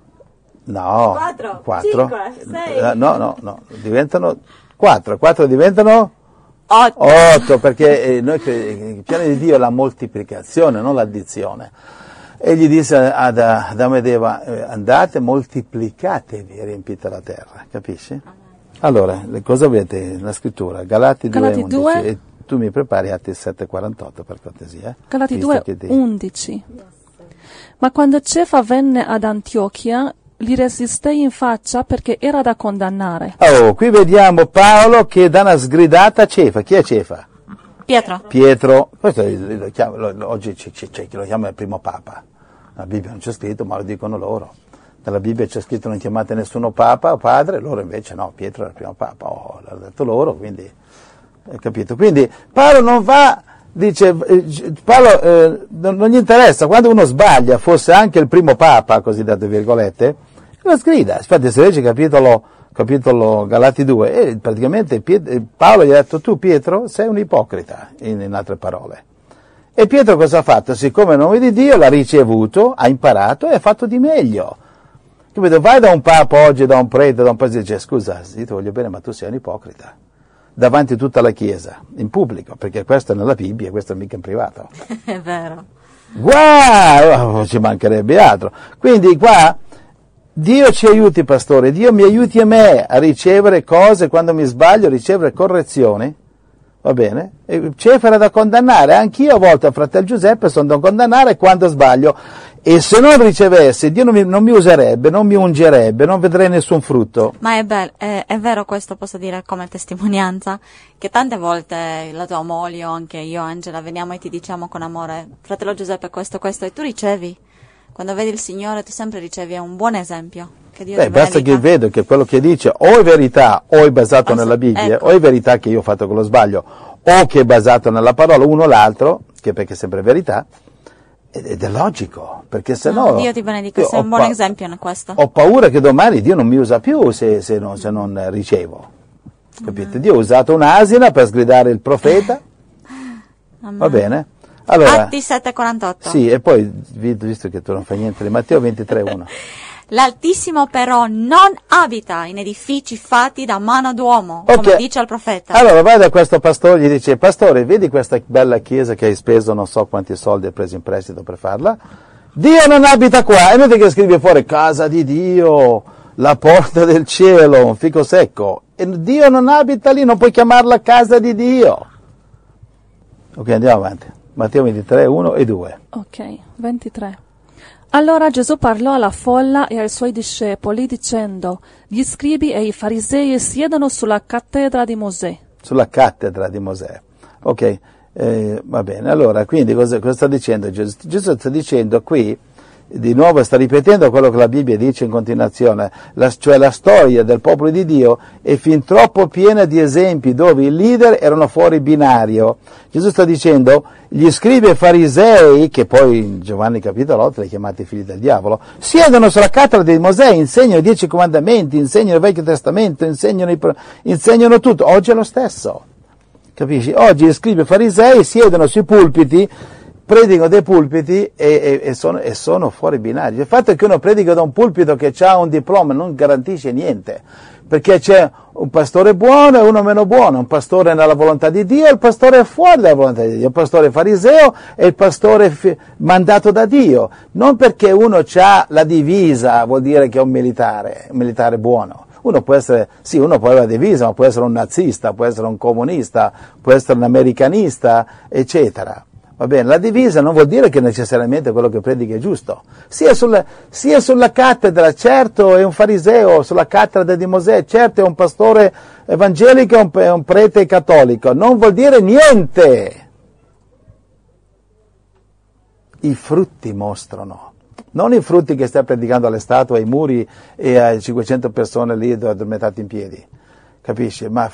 No. 4. 5, 6. No, diventano 4 diventano? 8, perché il piano di Dio è la moltiplicazione, non l'addizione. Egli disse ad Adamo ed Eva: andate, moltiplicatevi e riempite la terra, capisci? Allora, cosa avete? La scrittura, Galati 2,11, e tu mi prepari Atti 7,48 per cortesia. Galati 2,11. Ma quando Cefa venne ad Antiochia, gli resistei in faccia perché era da condannare. Oh, qui vediamo Paolo che dà una sgridata a Cefa. Chi è Cefa? Pietro. Questo oggi c'è chi lo chiama il primo papa. La Bibbia non c'è scritto, ma lo dicono loro. Nella Bibbia c'è scritto: non chiamate nessuno papa o padre, loro invece no, Pietro era il primo papa. Oh, l'ha detto loro, quindi hai capito. Quindi Paolo non va, dice, Paolo non gli interessa, quando uno sbaglia, fosse anche il primo papa, così dato virgolette, lo sgrida. Infatti se leggi capitolo Galati 2, e praticamente Paolo gli ha detto: tu Pietro sei un ipocrita, in altre parole. E Pietro cosa ha fatto? Siccome non vedi Dio, l'ha ricevuto, ha imparato e ha fatto di meglio. Capito? Vai da un papa oggi, da un prete, da un paese e dice: scusa, io ti voglio bene, ma tu sei un ipocrita. Davanti a tutta la Chiesa, in pubblico, perché questo è nella Bibbia, questo è mica in privato. È vero. Wow, ci mancherebbe altro. Quindi qua Dio ci aiuti, pastore, Dio mi aiuti a me a ricevere cose quando mi sbaglio, a ricevere correzioni, va bene? E Cefa era da condannare, anch'io a volte, fratello Giuseppe, sono da condannare quando sbaglio. E se non ricevessi, Dio non mi userebbe, non mi ungerebbe, non vedrei nessun frutto. Ma è vero questo, posso dire come testimonianza, che tante volte la tua moglie o anche io, Angela, veniamo e ti diciamo con amore, fratello Giuseppe, questo, e tu ricevi. Quando vedi il Signore tu sempre ricevi un buon esempio. Che Dio ti Basta benedica. che vedo che quello che dice o è verità o è basato nella Bibbia, ecco. o è verità che io ho fatto quello sbaglio, o che è basato nella parola, uno o l'altro, che perché è sempre verità. Ed è logico, perché se no... Dio ti benedica, sei un buon esempio in questo. Ho paura che domani Dio non mi usa più se non ricevo. Capite? Dio ha usato un'asina per sgridare il profeta. Va bene? Allora, Atti 7,48. sì, e poi, visto che tu non fai niente di Matteo 23,1. L'Altissimo però non abita in edifici fatti da mano d'uomo, Ok. come dice il profeta. Allora vai da questo pastore, gli dice: pastore, vedi questa bella chiesa che hai speso non so quanti soldi hai preso in prestito per farla? Dio non abita qua. È inutile che scrivi fuori casa di Dio, la porta del cielo, un fico secco. E Dio non abita lì, non puoi chiamarla casa di Dio. Ok, andiamo avanti. Matteo 23, 1 e 2. Ok, 23. Allora Gesù parlò alla folla e ai suoi discepoli dicendo: gli scribi e i farisei siedono sulla cattedra di Mosè. Sulla cattedra di Mosè. Ok, va bene. Allora, quindi cosa sta dicendo Gesù? Gesù sta dicendo qui, di nuovo sta ripetendo quello che la Bibbia dice in continuazione, cioè la storia del popolo di Dio è fin troppo piena di esempi dove i leader erano fuori binario. Gesù sta dicendo: gli scribi e farisei, che poi in Giovanni capitolo 8 li chiamati figli del diavolo, siedono sulla cattedra di Mosè, insegnano i 10 comandamenti, insegnano il Vecchio Testamento, insegnano tutto. Oggi è lo stesso, capisci? Oggi gli scribi e farisei siedono sui pulpiti, predicano dei pulpiti e sono fuori binario. Il fatto è che uno predica da un pulpito che ha un diploma non garantisce niente, perché c'è un pastore buono e uno meno buono, un pastore nella volontà di Dio e il pastore è fuori dalla volontà di Dio, il pastore fariseo e il pastore mandato da Dio. Non perché uno ha la divisa vuol dire che è un militare buono. Uno può avere la divisa, ma può essere un nazista, può essere un comunista, può essere un americanista, eccetera. Va bene, la divisa non vuol dire che necessariamente quello che predica è giusto. Sia sulla cattedra, certo è un fariseo, sulla cattedra di Mosè, certo è un pastore evangelico, è un prete cattolico. Non vuol dire niente. I frutti mostrano. Non i frutti che stai predicando alle statue, ai muri e a 500 persone lì addormentate in piedi. Capisci? Ma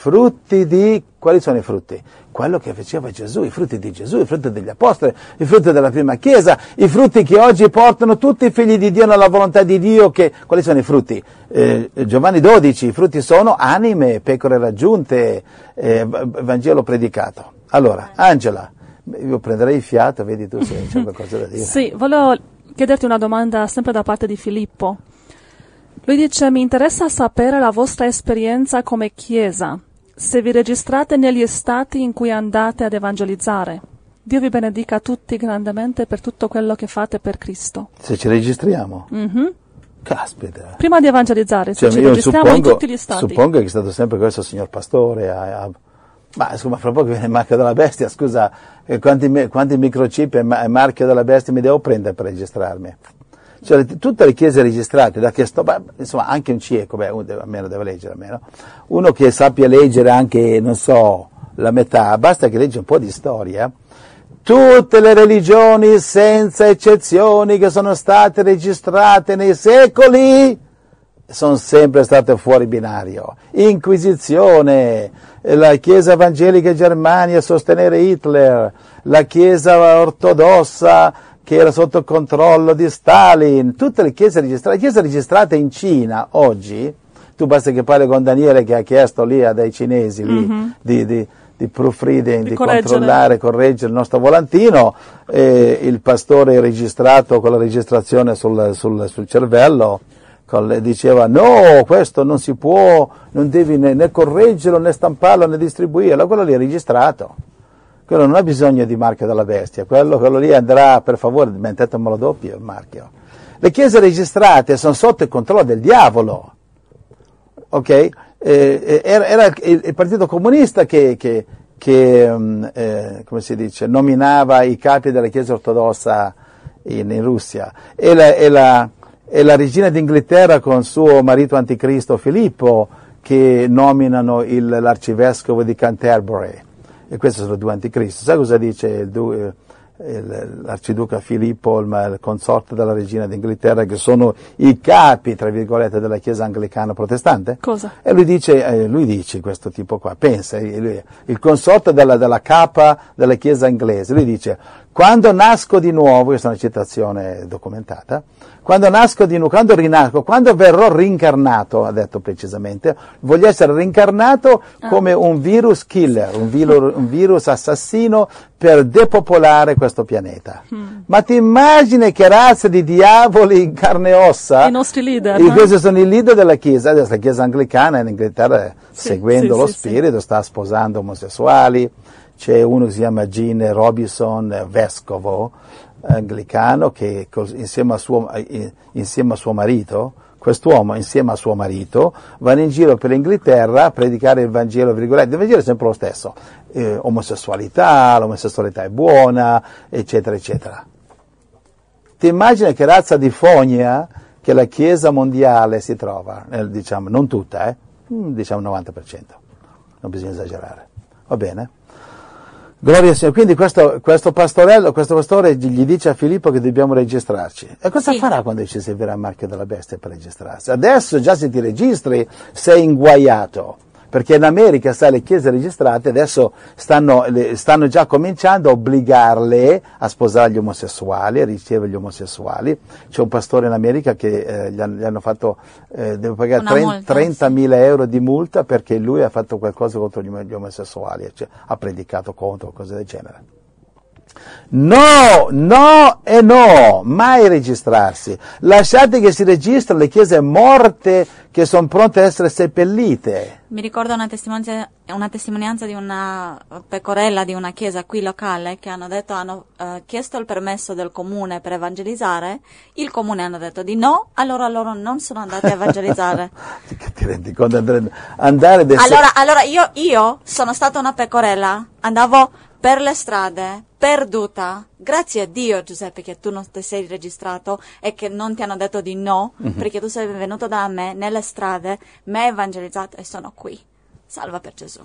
quali sono i frutti? Quello che faceva Gesù, i frutti di Gesù, i frutti degli apostoli, i frutti della prima chiesa, i frutti che oggi portano tutti i figli di Dio nella volontà di Dio. Quali sono i frutti? Giovanni 12, i frutti sono anime, pecore raggiunte, Vangelo predicato. Allora, Angela, io prenderei il fiato, vedi tu se c'è qualcosa da dire. Sì, volevo chiederti una domanda sempre da parte di Filippo. Lui dice: mi interessa sapere la vostra esperienza come Chiesa, se vi registrate negli stati in cui andate ad evangelizzare. Dio vi benedica tutti grandemente per tutto quello che fate per Cristo. Se ci registriamo? Mm-hmm. Caspita. Prima di evangelizzare, se ci io registriamo in tutti gli stati. Suppongo che è stato sempre questo signor pastore. Ma insomma, fra poco viene il marchio della bestia, scusa, quanti microchip e marchio della bestia mi devo prendere per registrarmi? Cioè, tutte le chiese registrate, insomma, anche un cieco, almeno deve leggere, almeno. Uno che sappia leggere anche, non so, la metà, basta che legge un po' di storia. Tutte le religioni, senza eccezioni, che sono state registrate nei secoli, sono sempre state fuori binario. Inquisizione, la Chiesa evangelica in Germania a sostenere Hitler, la Chiesa ortodossa che era sotto controllo di Stalin, tutte le chiese registrate in Cina oggi. Tu basta che parli con Daniele che ha chiesto lì a dei cinesi di proofreading, di controllare, correggere il nostro volantino, il pastore registrato con la registrazione sul cervello diceva: no, questo non si può, non devi né correggerlo né stamparlo né distribuirlo, quello lì è registrato. Quello non ha bisogno di marchio della bestia, quello lì andrà, per favore, mettetemelo doppio il marchio. Le chiese registrate sono sotto il controllo del diavolo, ok? Era il Partito Comunista che come si dice, nominava i capi della Chiesa ortodossa in Russia, e la regina d'Inghilterra con suo marito anticristo Filippo, che nominano l'arcivescovo di Canterbury, e questi sono due anticristi. Sai cosa dice l'arciduca Filippo, il consorte della regina d'Inghilterra, che sono i capi, tra virgolette, della chiesa anglicana protestante? Cosa? E lui dice questo tipo qua, pensa, il consorte della capa della chiesa inglese, lui dice: quando nasco di nuovo, questa è una citazione documentata, quando rinasco, quando verrò rincarnato, ha detto precisamente, voglio essere rincarnato come un virus killer, un virus assassino per depopolare questo pianeta. Ma ti immagini che razza di diavoli in carne e ossa? I nostri leader. Questi sono i leader della Chiesa. Adesso la Chiesa anglicana in Inghilterra, seguendo lo spirito, sta sposando omosessuali. C'è uno che si chiama Gene Robinson, vescovo anglicano, che insieme a suo marito, quest'uomo insieme a suo marito, vanno in giro per l'Inghilterra a predicare il Vangelo, virgolette. Il Vangelo è sempre lo stesso: l'omosessualità è buona, eccetera, eccetera. Ti immagini che razza di fogna che la Chiesa mondiale si trova? Diciamo, non tutta, diciamo 90%. Non bisogna esagerare. Va bene? Gloria al Signore. Quindi questo pastore gli dice a Filippo che dobbiamo registrarci. E cosa farà quando ci servirà il marchio della bestia per registrarsi? Adesso già se ti registri sei inguaiato, perché in America, sai, le chiese registrate adesso stanno già cominciando a obbligarle a sposare gli omosessuali, a ricevere gli omosessuali. C'è un pastore in America che gli hanno fatto, deve pagare 30.000 euro di multa perché lui ha fatto qualcosa contro gli omosessuali, cioè, ha predicato contro, cose del genere. No, mai registrarsi. Lasciate che si registrano le chiese morte che sono pronte a essere seppellite. Mi ricordo una testimonianza di una pecorella di una chiesa qui locale che hanno chiesto il permesso del comune per evangelizzare. Il comune hanno detto di no, allora loro non sono andati a evangelizzare. Che ti rendi conto? Allora io sono stata una pecorella, andavo per le strade, perduta. Grazie a Dio, Giuseppe, che tu non ti sei registrato e che non ti hanno detto di no, perché tu sei venuto da me nelle strade, mi hai evangelizzato e sono qui. Salva per Gesù.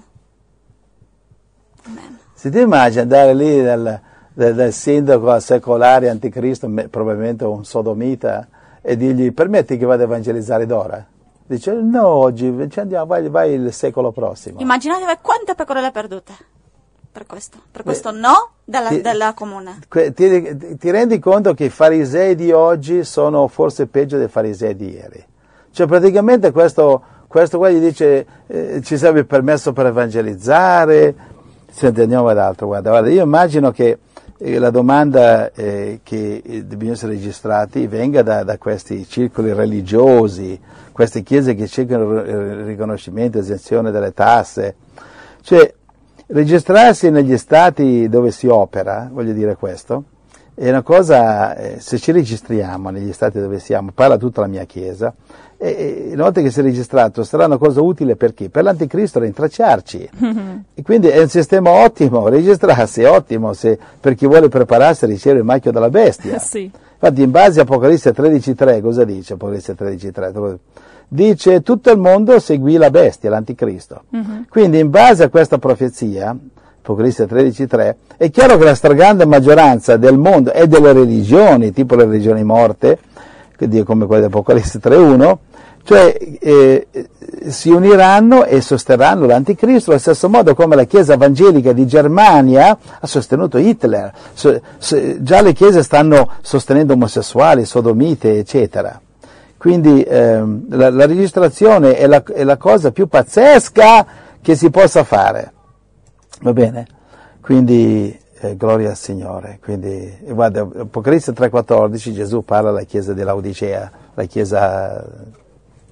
Amen. Si ti immagina andare lì dal sindaco secolare anticristo, probabilmente un sodomita, e dirgli: permetti che vada a evangelizzare d'ora? Dice: no, oggi ci andiamo, vai il secolo prossimo. Immaginatevi quante pecorelle perdute. Per questo no della comune. Ti rendi conto che i farisei di oggi sono forse peggio dei farisei di ieri? Cioè praticamente questo qua gli dice ci serve permesso per evangelizzare. Senti, andiamo ad altro. Guarda, io immagino che la domanda che bisogna essere registrati venga da questi circoli religiosi, queste chiese che cercano il riconoscimento, esenzione delle tasse. Cioè, registrarsi negli stati dove si opera, voglio dire questo, è una cosa, se ci registriamo negli stati dove siamo, parla tutta la mia chiesa, e una volta che si è registrato sarà una cosa utile per chi? Per l'anticristo rintracciarci. E quindi è un sistema ottimo, registrarsi è ottimo per chi vuole prepararsi a ricevere il marchio della bestia. Sì. Infatti in base a Apocalisse 13.3, cosa dice Apocalisse 13.3? Dice: tutto il mondo seguì la bestia, l'anticristo. Quindi in base a questa profezia, Apocalisse 13.3, è chiaro che la stragrande maggioranza del mondo e delle religioni, tipo le religioni morte, come quelle di Apocalisse 3.1, cioè si uniranno e sosterranno l'anticristo allo stesso modo come la chiesa evangelica di Germania ha sostenuto Hitler. Già le chiese stanno sostenendo omosessuali, sodomite, eccetera. Quindi la registrazione è la cosa più pazzesca che si possa fare. Va bene? Quindi gloria al Signore. Quindi guarda, Apocalisse 3.14 Gesù parla alla chiesa di Laodicea, la chiesa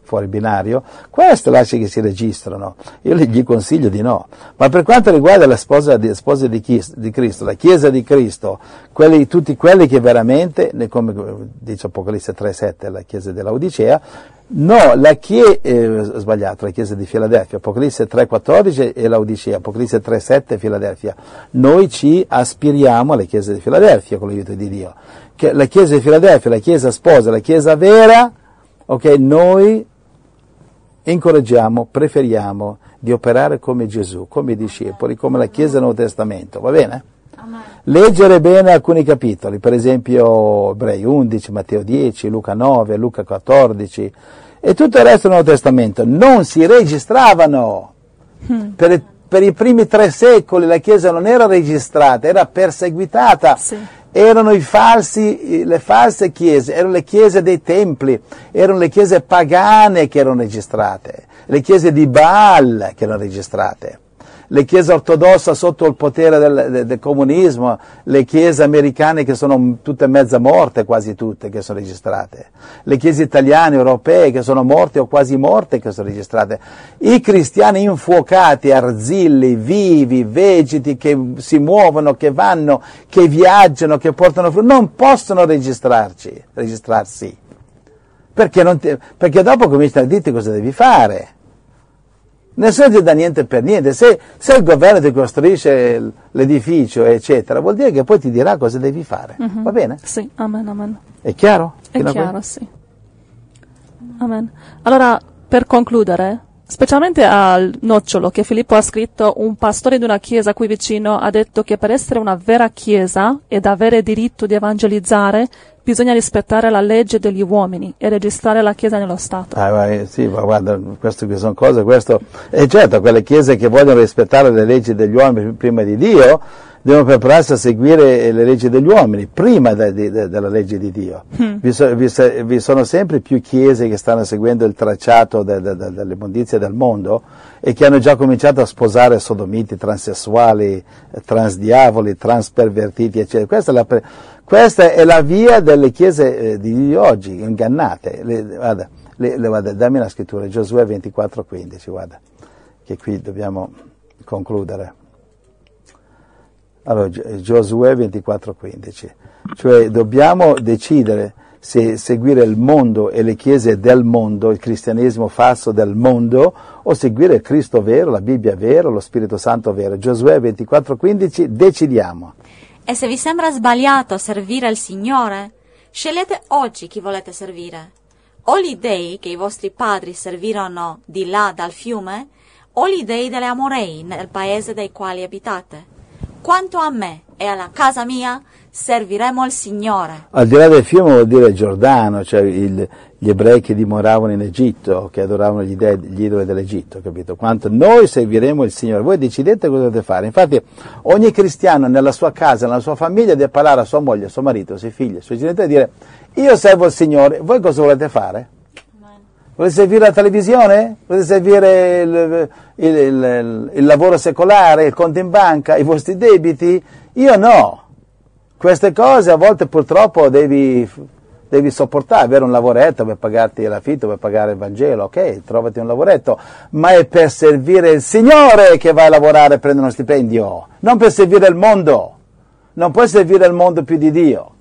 fuori binario, queste lascia che si registrano. Io gli consiglio di no. Ma per quanto riguarda le spose di Cristo, la Chiesa di Cristo, tutti quelli che veramente, come dice Apocalisse 3,7, la Chiesa della Odicea, no, la Chiesa di Filadelfia, Apocalisse 3,14 e la Odicea, Apocalisse 3,7 Filadelfia. Noi ci aspiriamo alla Chiesa di Filadelfia con l'aiuto di Dio. Che la Chiesa di Filadelfia, la Chiesa sposa, la Chiesa vera, ok, noi incoraggiamo, preferiamo di operare come Gesù, come i discepoli, come la Chiesa del Nuovo Testamento, va bene? Amen. Leggere bene alcuni capitoli, per esempio Ebrei 11, Matteo 10, Luca 9, Luca 14 e tutto il resto del Nuovo Testamento non si registravano. Per i primi 3 secoli la Chiesa non era registrata, era perseguitata. Sì. Erano le false chiese, erano le chiese dei templi, erano le chiese pagane che erano registrate, le chiese di Baal che erano registrate, le chiese ortodosse sotto il potere del comunismo, le chiese americane che sono tutte mezza morte, quasi tutte, che sono registrate, le chiese italiane, europee che sono morte o quasi morte che sono registrate, i cristiani infuocati, arzilli, vivi, vegeti che si muovono, che vanno, che viaggiano, che portano frutto, non possono registrarsi, perché dopo cominciano a dirti cosa devi fare. Nessuno ti dà niente per niente. Se il governo ti costruisce l'edificio, eccetera, vuol dire che poi ti dirà cosa devi fare. Va bene? Sì, amen, amen. È chiaro? È chiaro, sì. Amen. Allora, per concludere, specialmente al nocciolo che Filippo ha scritto, un pastore di una chiesa qui vicino ha detto che per essere una vera chiesa ed avere diritto di evangelizzare bisogna rispettare la legge degli uomini e registrare la chiesa nello Stato. Sì, ma guarda, queste sono cose, e certo, quelle chiese che vogliono rispettare le leggi degli uomini prima di Dio, devono prepararsi a seguire le leggi degli uomini prima della legge di Dio. Vi sono sempre più chiese che stanno seguendo il tracciato dell'immondizia del mondo e che hanno già cominciato a sposare sodomiti, transessuali, transdiavoli, transpervertiti, eccetera. Questa è la via delle chiese di oggi, ingannate. Guarda, dammi la scrittura, Giosuè 24,15, guarda, che qui dobbiamo concludere. Allora, Giosuè 24,15, cioè dobbiamo decidere se seguire il mondo e le chiese del mondo, il cristianesimo falso del mondo, o seguire il Cristo vero, la Bibbia vera, lo Spirito Santo vero. Giosuè 24,15, decidiamo. E se vi sembra sbagliato servire il Signore, scegliete oggi chi volete servire. O gli dei che i vostri padri servirono di là dal fiume, o gli dei delle Amorei nel paese dei quali abitate. Quanto a me e alla casa mia, serviremo il Signore. Al di là del fiume vuol dire Giordano, cioè gli ebrei che dimoravano in Egitto, che adoravano gli idoli dell'Egitto, capito? Quanto noi serviremo il Signore. Voi decidete cosa dovete fare. Infatti ogni cristiano nella sua casa, nella sua famiglia deve parlare a sua moglie, a suo marito, ai suoi figli, ai suoi genitori e dire: io servo il Signore, voi cosa volete fare? Volete servire la televisione? Volete servire il lavoro secolare, il conto in banca, i vostri debiti? Io no. Queste cose a volte purtroppo devi sopportare, avere un lavoretto per pagarti l'affitto, per pagare il Vangelo, ok, trovati un lavoretto, ma è per servire il Signore che vai a lavorare e prendere uno stipendio, non per servire il mondo. Non puoi servire il mondo più di Dio.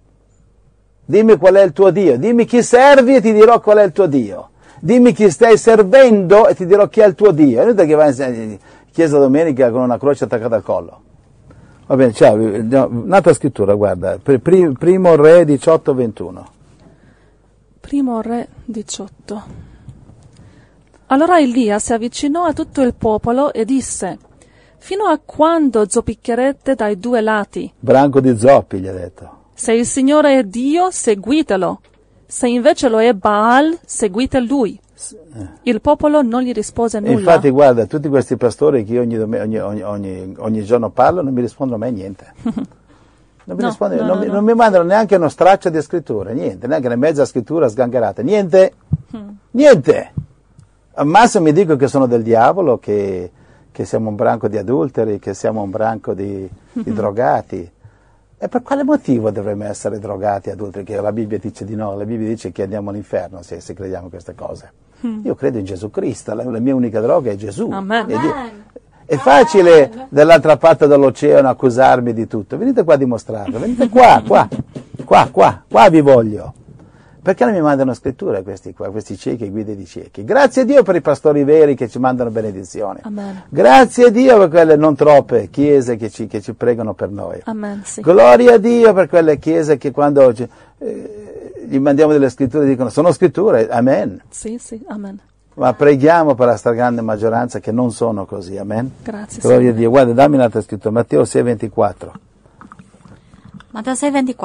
Dimmi qual è il tuo Dio, dimmi chi servi e ti dirò qual è il tuo Dio. Dimmi chi stai servendo e ti dirò chi è il tuo Dio. È inutile che vai in chiesa domenica con una croce attaccata al collo. Va bene, ciao, un'altra scrittura, guarda, primo Re 18:21. Primo Re 18. Allora Elia si avvicinò a tutto il popolo e disse: fino a quando zoppiccherete dai due lati? Branco di zoppi, gli ha detto. Se il Signore è Dio, seguitelo. Se invece lo è Baal, seguite lui. Il popolo non gli rispose nulla. Infatti, guarda, tutti questi pastori che ogni giorno parlo non mi rispondono mai niente. Non mi mandano neanche uno straccio di scrittura, niente, neanche una mezza scrittura sgangherata, niente. Niente. Al massimo mi dico che sono del diavolo, che siamo un branco di adulteri, che siamo un branco di drogati. E per quale motivo dovremmo essere drogati, adulteri? Che la Bibbia dice di no, la Bibbia dice che andiamo all'inferno se crediamo queste cose. Io credo in Gesù Cristo, la mia unica droga è Gesù. Amen. È facile dall'altra parte dell'oceano accusarmi di tutto. Venite qua a dimostrarlo, venite qua vi voglio. Perché non mi mandano scritture questi ciechi e guide di ciechi? Grazie a Dio per i pastori veri che ci mandano benedizione. Amen. Grazie a Dio per quelle non troppe chiese che ci pregano per noi. Amen, sì. Gloria a Dio per quelle chiese che quando gli mandiamo delle scritture dicono sono scritture, amen. Sì, amen. Ma preghiamo per la stragrande maggioranza che non sono così, amen. Grazie, Gloria a Dio. Guarda, dammi un'altra scrittura, Matteo 6,24. Matteo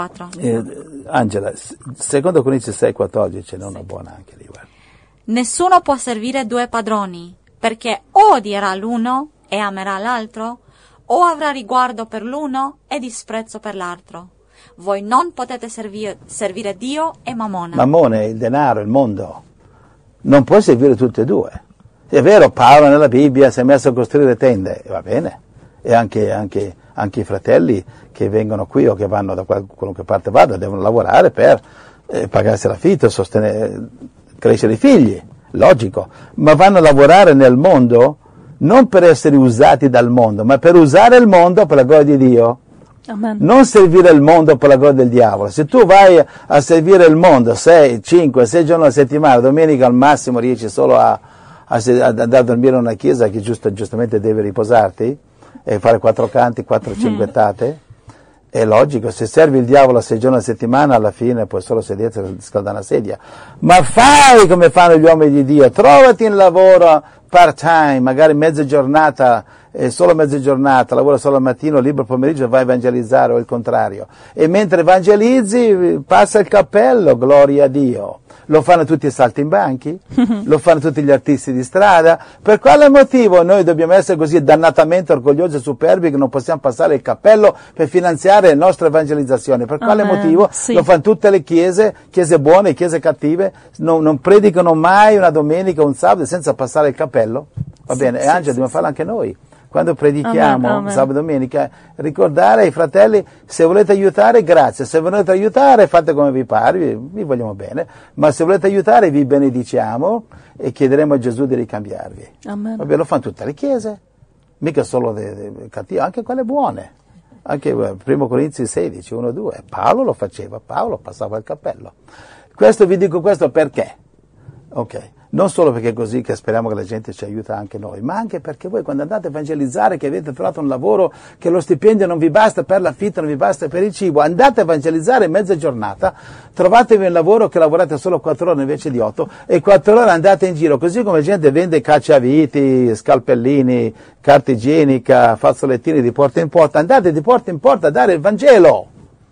6,24. Angela, secondo Corinzi 6,14, non una buona anche lì, guarda. Nessuno può servire due padroni, perché o odierà l'uno e amerà l'altro, o avrà riguardo per l'uno e disprezzo per l'altro. Voi non potete servire Dio e Mammona. Mammone, il denaro, il mondo. Non puoi servire tutte e due. È vero, Paolo nella Bibbia si è messo a costruire tende, va bene, e anche i fratelli che vengono qui o che vanno da qualunque parte vada devono lavorare per pagarsi l'affitto, sostenere, crescere i figli, logico, ma vanno a lavorare nel mondo non per essere usati dal mondo, ma per usare il mondo per la gloria di Dio. Amen. Non servire il mondo per la gloria del diavolo. Se tu vai a servire il mondo 6 giorni alla settimana, domenica al massimo riesci solo a andare a dormire in una chiesa che giustamente deve riposarti e fare 4 canti, 4 cinguettate, è logico. Se servi il diavolo 6 giorni alla settimana, alla fine puoi solo sederti e scaldare una sedia. Ma fai come fanno gli uomini di Dio, trovati un lavoro part time, magari mezza giornata, solo mezza giornata, lavora solo al mattino, libero pomeriggio e vai a evangelizzare, o il contrario. E mentre evangelizzi passa il cappello, gloria a Dio. Lo fanno tutti i saltimbanchi, lo fanno tutti gli artisti di strada. Per quale motivo noi dobbiamo essere così dannatamente orgogliosi e superbi che non possiamo passare il cappello per finanziare le nostre evangelizzazioni? Per quale motivo? Sì. Lo fanno tutte le chiese buone, chiese cattive, non predicano mai una domenica o un sabato senza passare il cappello? Va bene, e Angela, dobbiamo farlo anche noi. Quando predichiamo Amen. sabato e domenica, ricordare ai fratelli, se volete aiutare, grazie, se volete aiutare fate come vi pare, vi vogliamo bene, ma se volete aiutare vi benediciamo e chiederemo a Gesù di ricambiarvi. Amen. Va bene, lo fanno tutte le chiese, mica solo le cattive, anche quelle buone. Anche 1 Corinzi 16, 1-2, Paolo lo faceva, Paolo passava il cappello. Vi dico questo perché? Ok. Non solo perché è così che speriamo che la gente ci aiuta anche noi, ma anche perché voi quando andate a evangelizzare, che avete trovato un lavoro, che lo stipendio non vi basta per l'affitto, non vi basta per il cibo, andate a evangelizzare mezza giornata, trovatevi un lavoro che lavorate solo 4 ore invece di 8 e 4 ore andate in giro, così come gente vende cacciaviti, scalpellini, carta igienica, fazzolettini di porta in porta, andate di porta in porta a dare il Vangelo.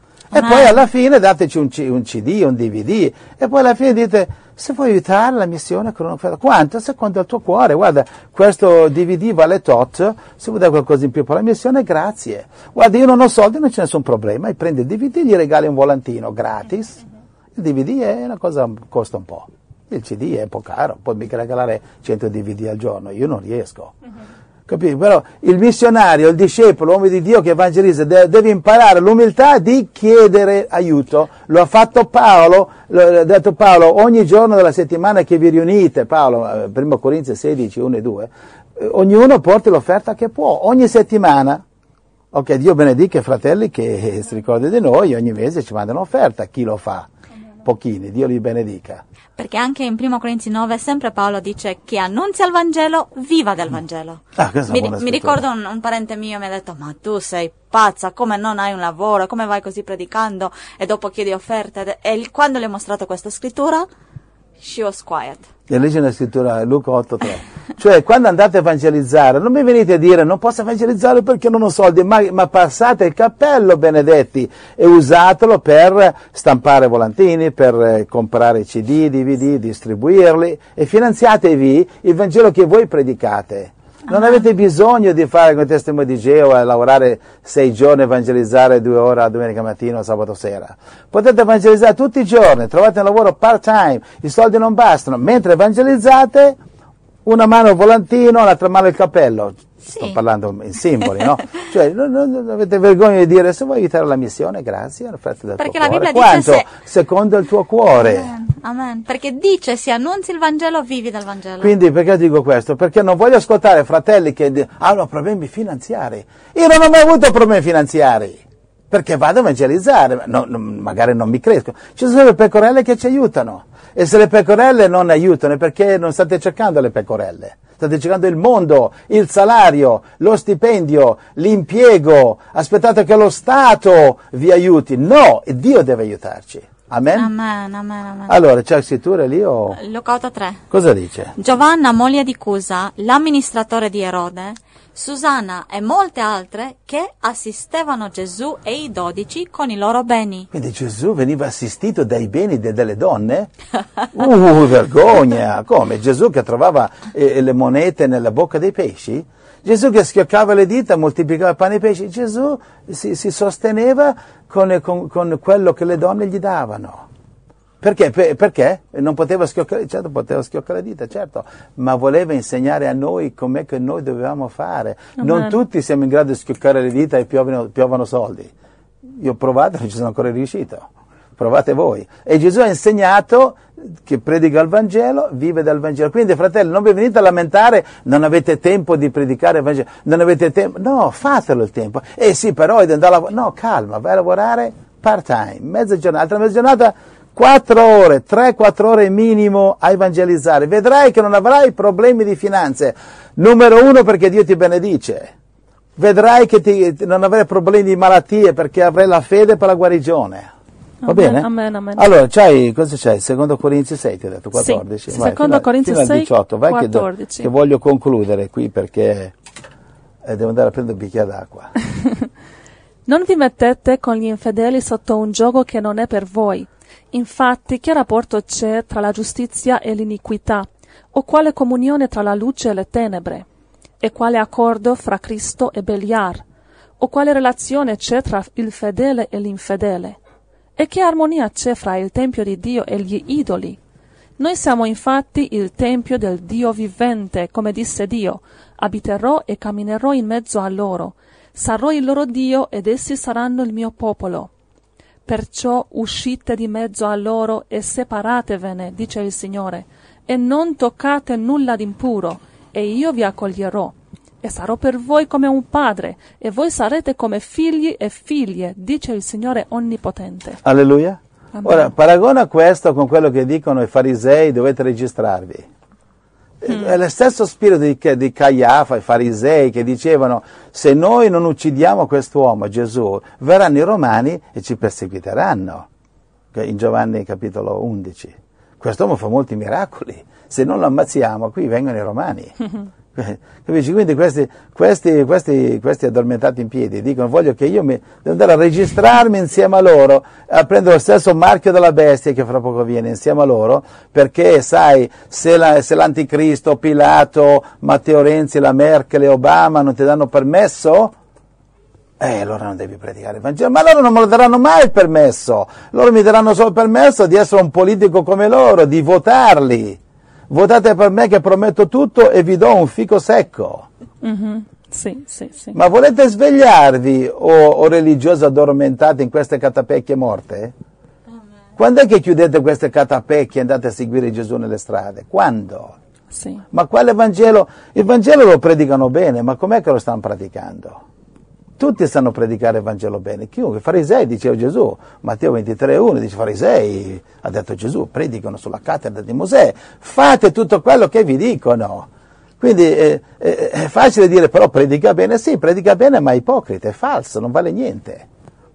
E poi alla fine dateci un CD, un DVD, e poi alla fine dite, se vuoi aiutare la missione, quanto? Secondo il tuo cuore, guarda, questo DVD vale tot, se vuoi dare qualcosa in più per la missione, grazie. Guarda, io non ho soldi, non c'è nessun problema, prendi il DVD e gli regali un volantino, gratis. Il DVD è una cosa, costa un po', il CD è un po' caro, puoi mica regalare 100 DVD al giorno, io non riesco. Capito? Però il missionario, il discepolo, l'uomo di Dio che evangelizza deve imparare l'umiltà di chiedere aiuto. Lo ha fatto Paolo, ha detto Paolo, ogni giorno della settimana che vi riunite, Paolo, 1 Corinzi 16, 1 e 2, ognuno porti l'offerta che può, ogni settimana. Ok, Dio benedica i fratelli che si ricordano di noi, ogni mese ci mandano offerta, chi lo fa? Pochini, Dio li benedica. Perché anche in 1 Corinzi 9 sempre Paolo dice che annunzia il Vangelo, viva del Vangelo. Mi ricordo un parente mio mi ha detto, ma tu sei pazza, come non hai un lavoro, come vai così predicando e dopo chiedi offerte? E quando le ho mostrato questa scrittura, she was quiet. E legge la scrittura, Luca 8,3. Cioè, quando andate a evangelizzare, non mi venite a dire non posso evangelizzare perché non ho soldi, ma passate il cappello, benedetti, e usatelo per stampare volantini, per comprare CD, DVD, distribuirli, e finanziatevi il Vangelo che voi predicate. Non avete bisogno di fare come testimone di Geova, lavorare 6 giorni, evangelizzare 2 ore a domenica mattina o sabato sera. Potete evangelizzare tutti i giorni, trovate un lavoro part time, i soldi non bastano. Mentre evangelizzate, Una mano il volantino, l'altra mano il cappello. Sì. Sto parlando in simboli, no? Cioè, non avete vergogna di dire, se vuoi aiutare la missione, grazie, offerte del Perché tuo la cuore. Bibbia dice Quanto? Secondo il tuo cuore. Amen, amen. Perché dice, se annunzi il Vangelo, vivi dal Vangelo. Quindi perché dico questo? Perché non voglio ascoltare fratelli che hanno problemi finanziari. Io non ho mai avuto problemi finanziari, perché vado a evangelizzare, magari non mi cresco. Ci sono le pecorelle che ci aiutano, e se le pecorelle non aiutano è perché non state cercando le pecorelle. State cercando il mondo, il salario, lo stipendio, l'impiego. Aspettate che lo Stato vi aiuti. No, Dio deve aiutarci. Amen? Amen, amen, amen. Allora, c'è scrittura lì o... Luca 8:3. Cosa dice? Giovanna, moglie di Cusa, l'amministratore di Erode, Susanna e molte altre che assistevano Gesù e i 12 con i loro beni. Quindi Gesù veniva assistito dai beni delle donne? Vergogna! Come? Gesù che trovava le monete nella bocca dei pesci? Gesù che schioccava le dita, moltiplicava pane e pesci? Gesù si sosteneva con quello che le donne gli davano. Perché? Perché? Non poteva schioccare, certo poteva schioccare le dita, certo, ma voleva insegnare a noi com'è che noi dovevamo fare. Amen. Non tutti siamo in grado di schioccare le dita e piovono soldi. Io ho provato, non ci sono ancora riuscito. Provate voi. E Gesù ha insegnato che predica il Vangelo, vive dal Vangelo. Quindi, fratelli, non vi venite a lamentare, non avete tempo di predicare il Vangelo, non avete tempo. No, fatelo il tempo. Sì, però è da andare a lavorare. No, calma, vai a lavorare part-time, mezza giornata, altra mezza giornata, 4 ore, 3-4 ore minimo a evangelizzare. Vedrai che non avrai problemi di finanze. Numero 1, perché Dio ti benedice. Vedrai che non avrai problemi di malattie, perché avrai la fede per la guarigione. Va bene? Amen, amen. Allora, cosa c'hai? Secondo Corinzi 6 ti ho detto, 14. Sì, vai, secondo Corinzi fino al 6, 18. Vai 14. che voglio concludere qui perché devo andare a prendere un bicchiere d'acqua. Non vi mettete con gli infedeli sotto un giogo che non è per voi. Infatti, che rapporto c'è tra la giustizia e l'iniquità? O quale comunione tra la luce e le tenebre? E quale accordo fra Cristo e Beliar? O quale relazione c'è tra il fedele e l'infedele? E che armonia c'è fra il Tempio di Dio e gli idoli? Noi siamo infatti il Tempio del Dio vivente, come disse Dio, abiterò e camminerò in mezzo a loro, sarò il loro Dio ed essi saranno il mio popolo. Perciò uscite di mezzo a loro e separatevene, dice il Signore, e non toccate nulla d'impuro, e io vi accoglierò. E sarò per voi come un padre, e voi sarete come figli e figlie, dice il Signore Onnipotente. Alleluia. Amen. Ora, paragona questo con quello che dicono i farisei, dovete registrarvi. È lo stesso spirito di Caiafa, i farisei, che dicevano, se noi non uccidiamo quest'uomo, Gesù, verranno i romani e ci perseguiteranno. In Giovanni capitolo 11. Quest'uomo fa molti miracoli, se non lo ammazziamo, qui vengono i romani. Capisci? Quindi questi addormentati in piedi dicono, voglio che io devo andare a registrarmi insieme a loro, a prendere lo stesso marchio della bestia che fra poco viene insieme a loro, perché sai, se l'anticristo, Pilato, Matteo Renzi, la Merkel e Obama non ti danno permesso, allora non devi predicare il Vangelo, ma loro non me lo daranno mai il permesso, loro mi daranno solo il permesso di essere un politico come loro, di votarli. Votate per me che prometto tutto e vi do un fico secco. Mm-hmm. Sì. Ma volete svegliarvi o religiosi addormentati in queste catapecchie morte? Quando è che chiudete queste catapecchie e andate a seguire Gesù nelle strade? Quando? Sì. Ma quale Vangelo? Il Vangelo lo predicano bene, ma com'è che lo stanno praticando? Tutti sanno predicare il Vangelo bene. Chiunque, i farisei, diceva Gesù, Matteo 23,1 dice, farisei, ha detto Gesù, predicano sulla cattedra di Mosè, fate tutto quello che vi dicono. Quindi è facile dire, però predica bene, sì, predica bene, ma è ipocrita, è falso, non vale niente.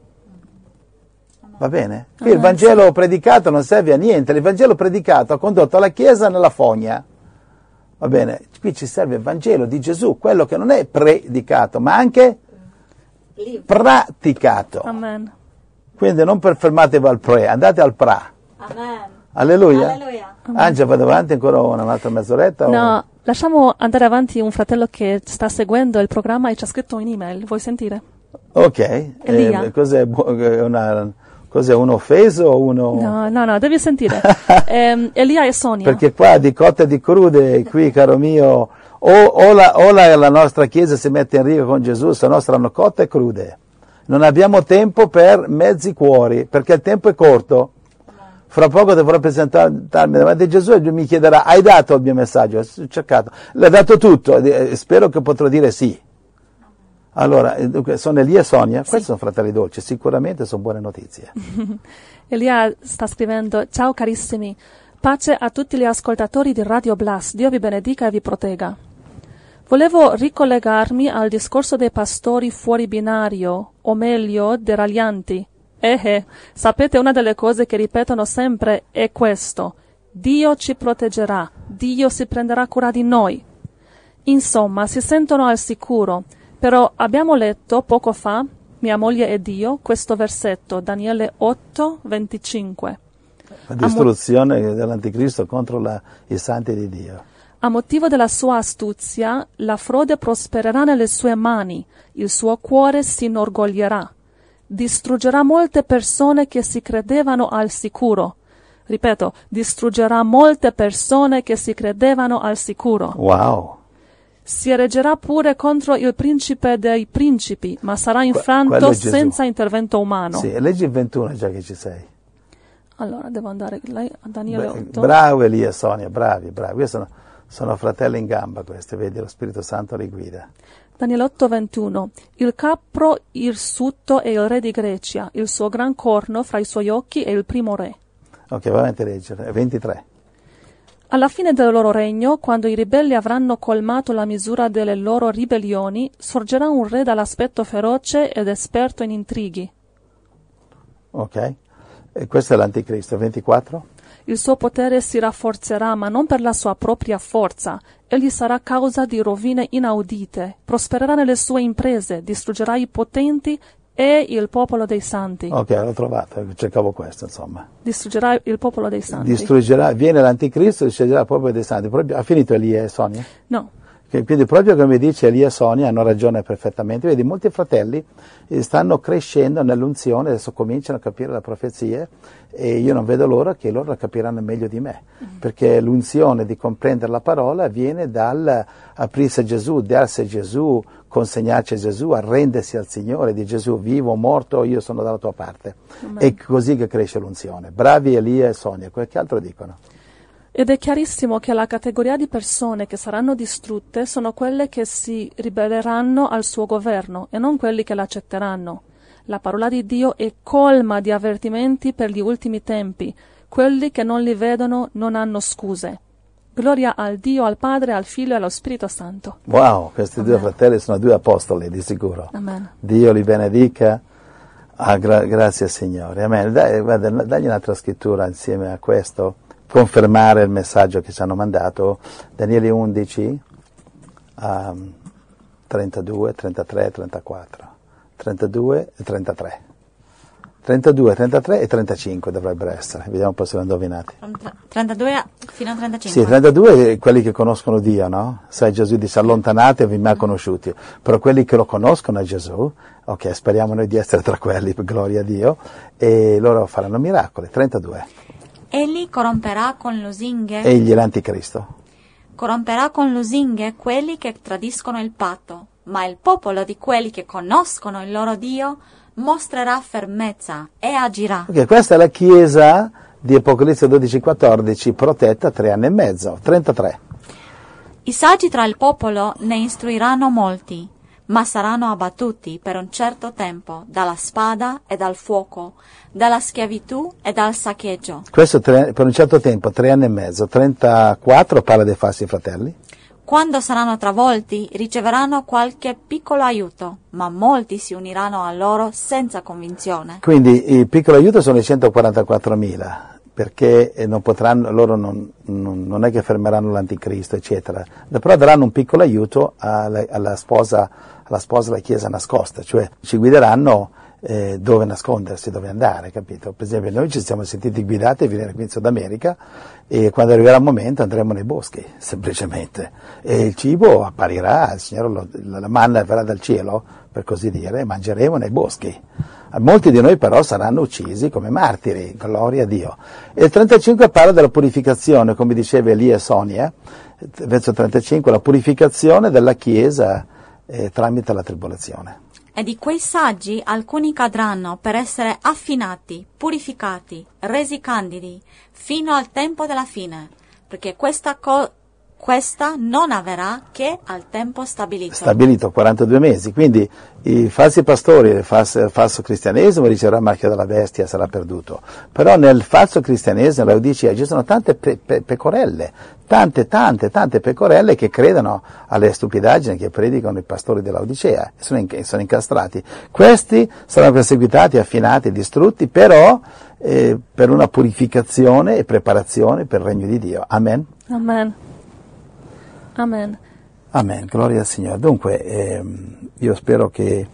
Va bene? Qui il Vangelo predicato non serve a niente, il Vangelo predicato ha condotto la Chiesa nella fogna. Va bene? Qui ci serve il Vangelo di Gesù, quello che non è predicato, ma anche praticato. Amen. Quindi non fermatevi al pre, andate al pra. Amen. Alleluia. Alleluia. Angela, vado avanti ancora un'altra mezz'oretta? No, lasciamo andare avanti un fratello che sta seguendo il programma e ci ha scritto un'email. Vuoi sentire? Ok. Elia. Cos'è? Cos'è, uno offeso o uno... No, devi sentire. Elia e Sonia. Perché qua di cotte e di crude, qui caro mio, o la nostra Chiesa si mette in riga con Gesù, se no saranno cotte e crude. Non abbiamo tempo per mezzi cuori, perché il tempo è corto. Fra poco dovrò presentarmi davanti a Gesù e mi chiederà, hai dato il mio messaggio? Ho cercato. L'ha dato tutto, spero che potrò dire sì. Allora, sono Elia e Sonia, questi sono fratelli dolci, sicuramente sono buone notizie. Elia sta scrivendo, ciao carissimi, pace a tutti gli ascoltatori di Radio Blast, Dio vi benedica e vi protegga. Volevo ricollegarmi al discorso dei pastori fuori binario, o meglio, deraglianti. Sapete, una delle cose che ripetono sempre è questo: Dio ci proteggerà, Dio si prenderà cura di noi. Insomma, si sentono al sicuro, però abbiamo letto poco fa, mia moglie ed io, questo versetto, Daniele 8:25. La distruzione dell'anticristo contro i santi di Dio. A motivo della sua astuzia, la frode prospererà nelle sue mani, il suo cuore si inorgoglierà. Distruggerà molte persone che si credevano al sicuro. Ripeto, distruggerà molte persone che si credevano al sicuro. Wow! Si ergerà pure contro il principe dei principi, ma sarà infranto senza intervento umano. Sì, leggi il 21 già che ci sei. Allora, devo andare a Daniele 8. Bravo Elia e Sonia, bravi. Sono fratelli in gamba questi, vedi, lo Spirito Santo li guida. Daniele 8:21. Il capro irsutto è il re di Grecia, il suo gran corno fra i suoi occhi è il primo re. Ok, va avanti a leggere. 23. Alla fine del loro regno, quando i ribelli avranno colmato la misura delle loro ribellioni, sorgerà un re dall'aspetto feroce ed esperto in intrighi. Ok, e questo è l'anticristo. 24. Il suo potere si rafforzerà, ma non per la sua propria forza. Egli sarà causa di rovine inaudite, prospererà nelle sue imprese, distruggerà i potenti e il popolo dei santi. Ok, l'ho trovato, cercavo questo, insomma. Distruggerà il popolo dei santi. Viene l'anticristo e distruggerà il popolo dei santi. Ha finito Elia e Sonia? No. Quindi proprio come dice Elia e Sonia hanno ragione perfettamente. Vedi, molti fratelli stanno crescendo nell'unzione, adesso cominciano a capire le profezie e io non vedo l'ora che loro la capiranno meglio di me, perché l'unzione di comprendere la parola viene dal aprirsi a Gesù, darsi a Gesù, consegnarci a Gesù, arrendersi al Signore, di Gesù, vivo o morto, io sono dalla tua parte. Amen. È così che cresce l'unzione. Bravi Elia e Sonia, qualche altro dicono? Ed è chiarissimo che la categoria di persone che saranno distrutte sono quelle che si ribelleranno al suo governo e non quelli che l'accetteranno. La parola di Dio è colma di avvertimenti per gli ultimi tempi. Quelli che non li vedono non hanno scuse. Gloria al Dio, al Padre, al Figlio e allo Spirito Santo. Wow, questi Amen. Due fratelli sono due apostoli, di sicuro. Amen. Dio li benedica. Grazie Signore. Amen. Dagli un'altra scrittura insieme a questo. Confermare il messaggio che ci hanno mandato, Daniele 11, 32, 33, 34, 32 e 33. 32, 33 e 35 dovrebbero essere, vediamo un po' se li hanno indovinati. 32 fino a 35. Sì, 32 è quelli che conoscono Dio, no? Sai, Gesù dice allontanatevi mai conosciuti, però quelli che lo conoscono a Gesù, ok, speriamo noi di essere tra quelli, per gloria a Dio, e loro faranno miracoli. 32. Egli corromperà con lusinghe. Egli l'anticristo. Corromperà con lusinghe quelli che tradiscono il patto, ma il popolo di quelli che conoscono il loro Dio mostrerà fermezza e agirà. Ok, questa è la Chiesa di Apocalisse 12-14, protetta 3 anni e mezzo. 33. I saggi tra il popolo ne istruiranno molti, ma saranno abbattuti per un certo tempo dalla spada e dal fuoco, dalla schiavitù e dal saccheggio. Questo per un certo tempo, 3 anni e mezzo. 34 parla dei falsi fratelli. Quando saranno travolti, riceveranno qualche piccolo aiuto, ma molti si uniranno a loro senza convinzione. Quindi il piccolo aiuto sono i 144.000, perché non potranno, loro non è che fermeranno l'anticristo, eccetera. Però daranno un piccolo aiuto alla sposa, alla Chiesa nascosta, cioè ci guideranno dove nascondersi, dove andare, capito? Per esempio noi ci siamo sentiti guidati a venire qui in Sud America e quando arriverà il momento andremo nei boschi, semplicemente, e il cibo apparirà, il Signore la manna verrà dal cielo, per così dire, e mangeremo nei boschi. Molti di noi però saranno uccisi come martiri, gloria a Dio. E il 35 parla della purificazione, come diceva Elia e Sonia, verso 35, la purificazione della Chiesa tramite la tribolazione. E di quei saggi alcuni cadranno per essere affinati, purificati, resi candidi, fino al tempo della fine, perché questa non avverrà che al tempo stabilito. Stabilito 42 mesi, quindi i falsi pastori, il falso cristianesimo riceverà il marchio della bestia, sarà perduto. Però nel falso cristianesimo, nella Laodicea, ci sono tante pecorelle, tante pecorelle che credono alle stupidaggini che predicano i pastori della Laodicea, sono incastrati. Questi saranno perseguitati, affinati, distrutti, però per una purificazione e preparazione per il regno di Dio. Amen. Amen. Amen. Amen, gloria al Signore. Dunque, io spero che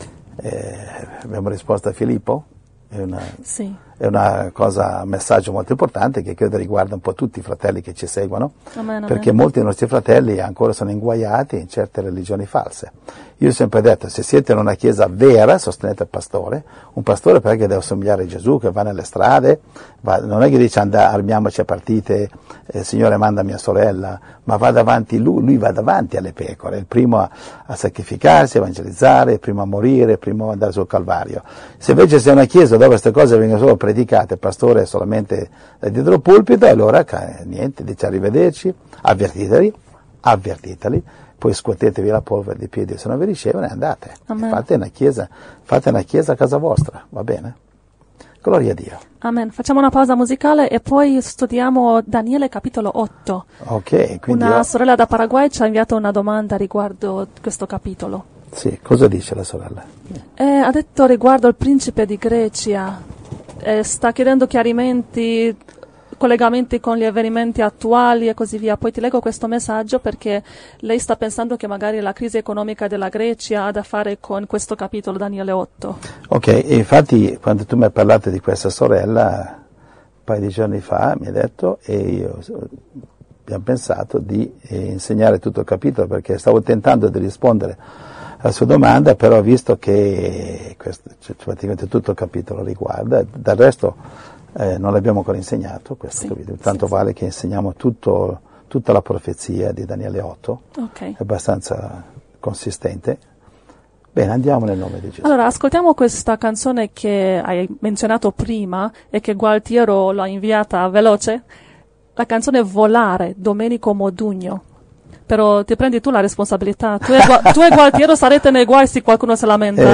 abbiamo risposto a Filippo, Sì. è un messaggio molto importante che credo riguarda un po' tutti i fratelli che ci seguono, Amen, perché molti dei nostri fratelli ancora sono inguaiati in certe religioni false. Io ho sempre detto, se siete in una chiesa vera, sostenete il pastore, un pastore perché deve somigliare a Gesù, che va nelle strade, non è che dice armiamoci a partite, Signore manda mia sorella, ma va davanti lui va davanti alle pecore, è il primo a sacrificarsi, a evangelizzare, il primo a morire, il primo ad andare sul Calvario. Se invece sei una chiesa dove queste cose vengono solo predicate, il pastore è solamente dietro il pulpito, allora niente, dice arrivederci, avvertiteli, poi scuotetevi la polvere dei piedi se non vi ricevono e andate. Fate una chiesa a casa vostra, va bene? Gloria a Dio. Amen. Facciamo una pausa musicale e poi studiamo Daniele capitolo 8. Ok, quindi una sorella da Paraguay ci ha inviato una domanda riguardo questo capitolo. Sì, cosa dice la sorella? Ha detto riguardo il principe di Grecia, sta chiedendo chiarimenti, collegamenti con gli avvenimenti attuali e così via. Poi ti leggo questo messaggio perché lei sta pensando che magari la crisi economica della Grecia ha da fare con questo capitolo Daniele 8. Ok, e infatti quando tu mi hai parlato di questa sorella un paio di giorni fa mi hai detto e io abbiamo pensato di insegnare tutto il capitolo perché stavo tentando di rispondere alla sua domanda, però ho visto che praticamente tutto il capitolo riguarda, del resto non l'abbiamo ancora insegnato questo capitolo, tanto vale che insegniamo tutta la profezia di Daniele 8, Okay. È abbastanza consistente. Bene, andiamo nel nome di Gesù. Allora, ascoltiamo questa canzone che hai menzionato prima e che Gualtiero l'ha inviata veloce, la canzone Volare, Domenico Modugno. Però ti prendi tu la responsabilità, tu e Gualtiero sarete nei guai se qualcuno si lamenta.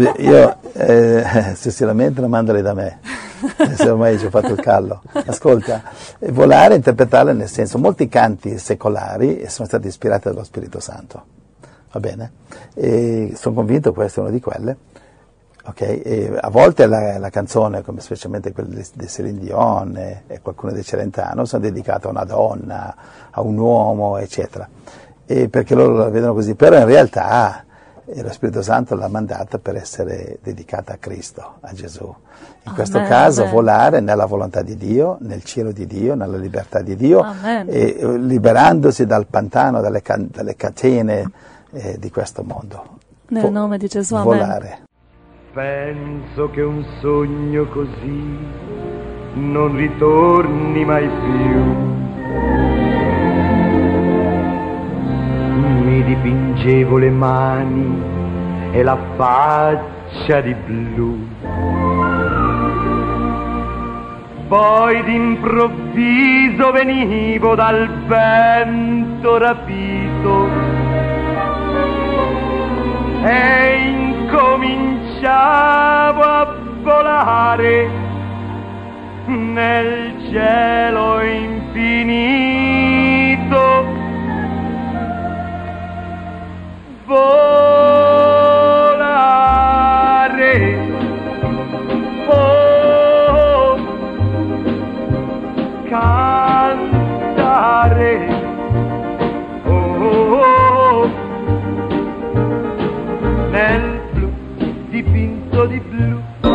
Se si lamentano mandali da me, se ormai ci ho fatto il callo. Ascolta, volare, interpretarla nel senso, molti canti secolari sono stati ispirati dallo Spirito Santo, va bene? E sono convinto questo è una di quelle. Okay? E a volte la canzone, come specialmente quella di Céline Dion e qualcuno di Celentano, sono dedicate a una donna, a un uomo, eccetera. E perché loro la vedono così, però in realtà lo Spirito Santo l'ha mandata per essere dedicata a Cristo, a Gesù. In questo caso volare nella volontà di Dio, nel cielo di Dio, nella libertà di Dio, e liberandosi dal pantano, dalle catene di questo mondo. Nel nome di Gesù, amen. Volare. Penso che un sogno così non ritorni mai più. Mi dipingevo le mani e la faccia di blu. Poi d'improvviso venivo dal vento rapito e incominciavo a volare nel cielo infinito. Volare, oh, cantare, oh, nel blu dipinto dipinto di blu,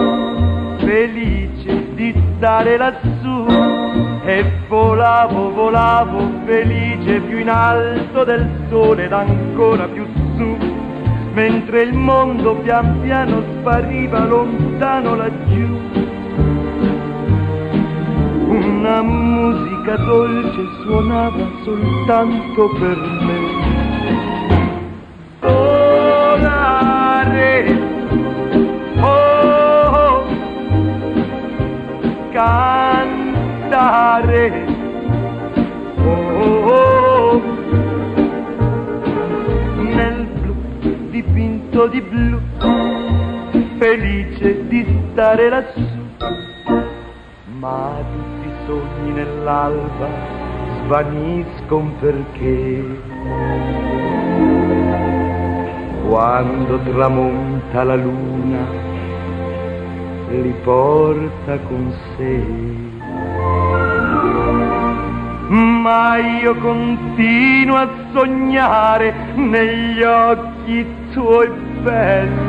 felice di stare lassù, e volavo, volavo felice più in alto del sole ed ancora più su, mentre il mondo pian piano spariva lontano laggiù. Una musica dolce suonava soltanto per me. Volare, oh, oh, cantare, oh, oh, nel blu dipinto di blu, felice di stare lassù. Ma tutti i sogni nell'alba svaniscono perché quando tramonta la luna li porta con sé. Ma io continuo a sognare negli occhi tuoi belli,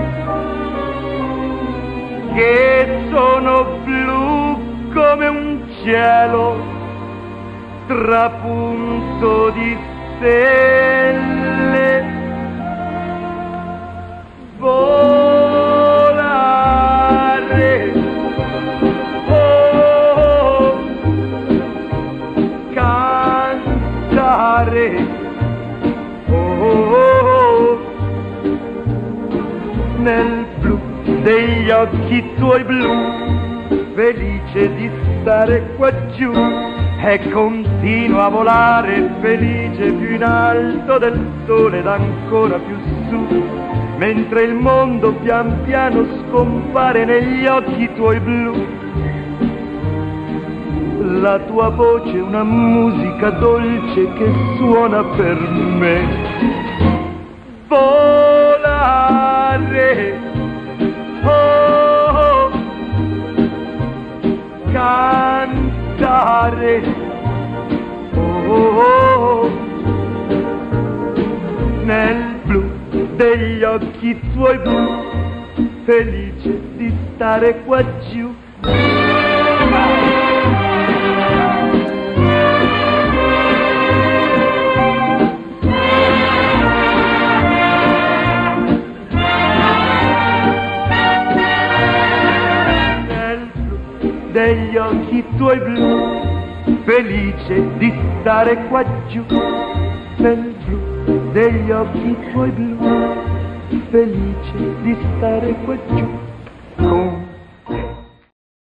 che sono blu come un cielo trapunto di stelle. Volare, oh, cantare, oh, nel blu degli occhi tuoi blu, felice di stare qua giù, e continuo a volare felice più in alto del sole ed ancora più su, mentre il mondo pian piano scompare negli occhi tuoi blu. La tua voce è una musica dolce che suona per me. Volare, oh, cantare, oh, nel blu degli occhi tuoi blu, felice di stare qua giù. Degli occhi tuoi blu, felice di stare qua giù, nel blu degli occhi tuoi blu, felice di stare qua giù.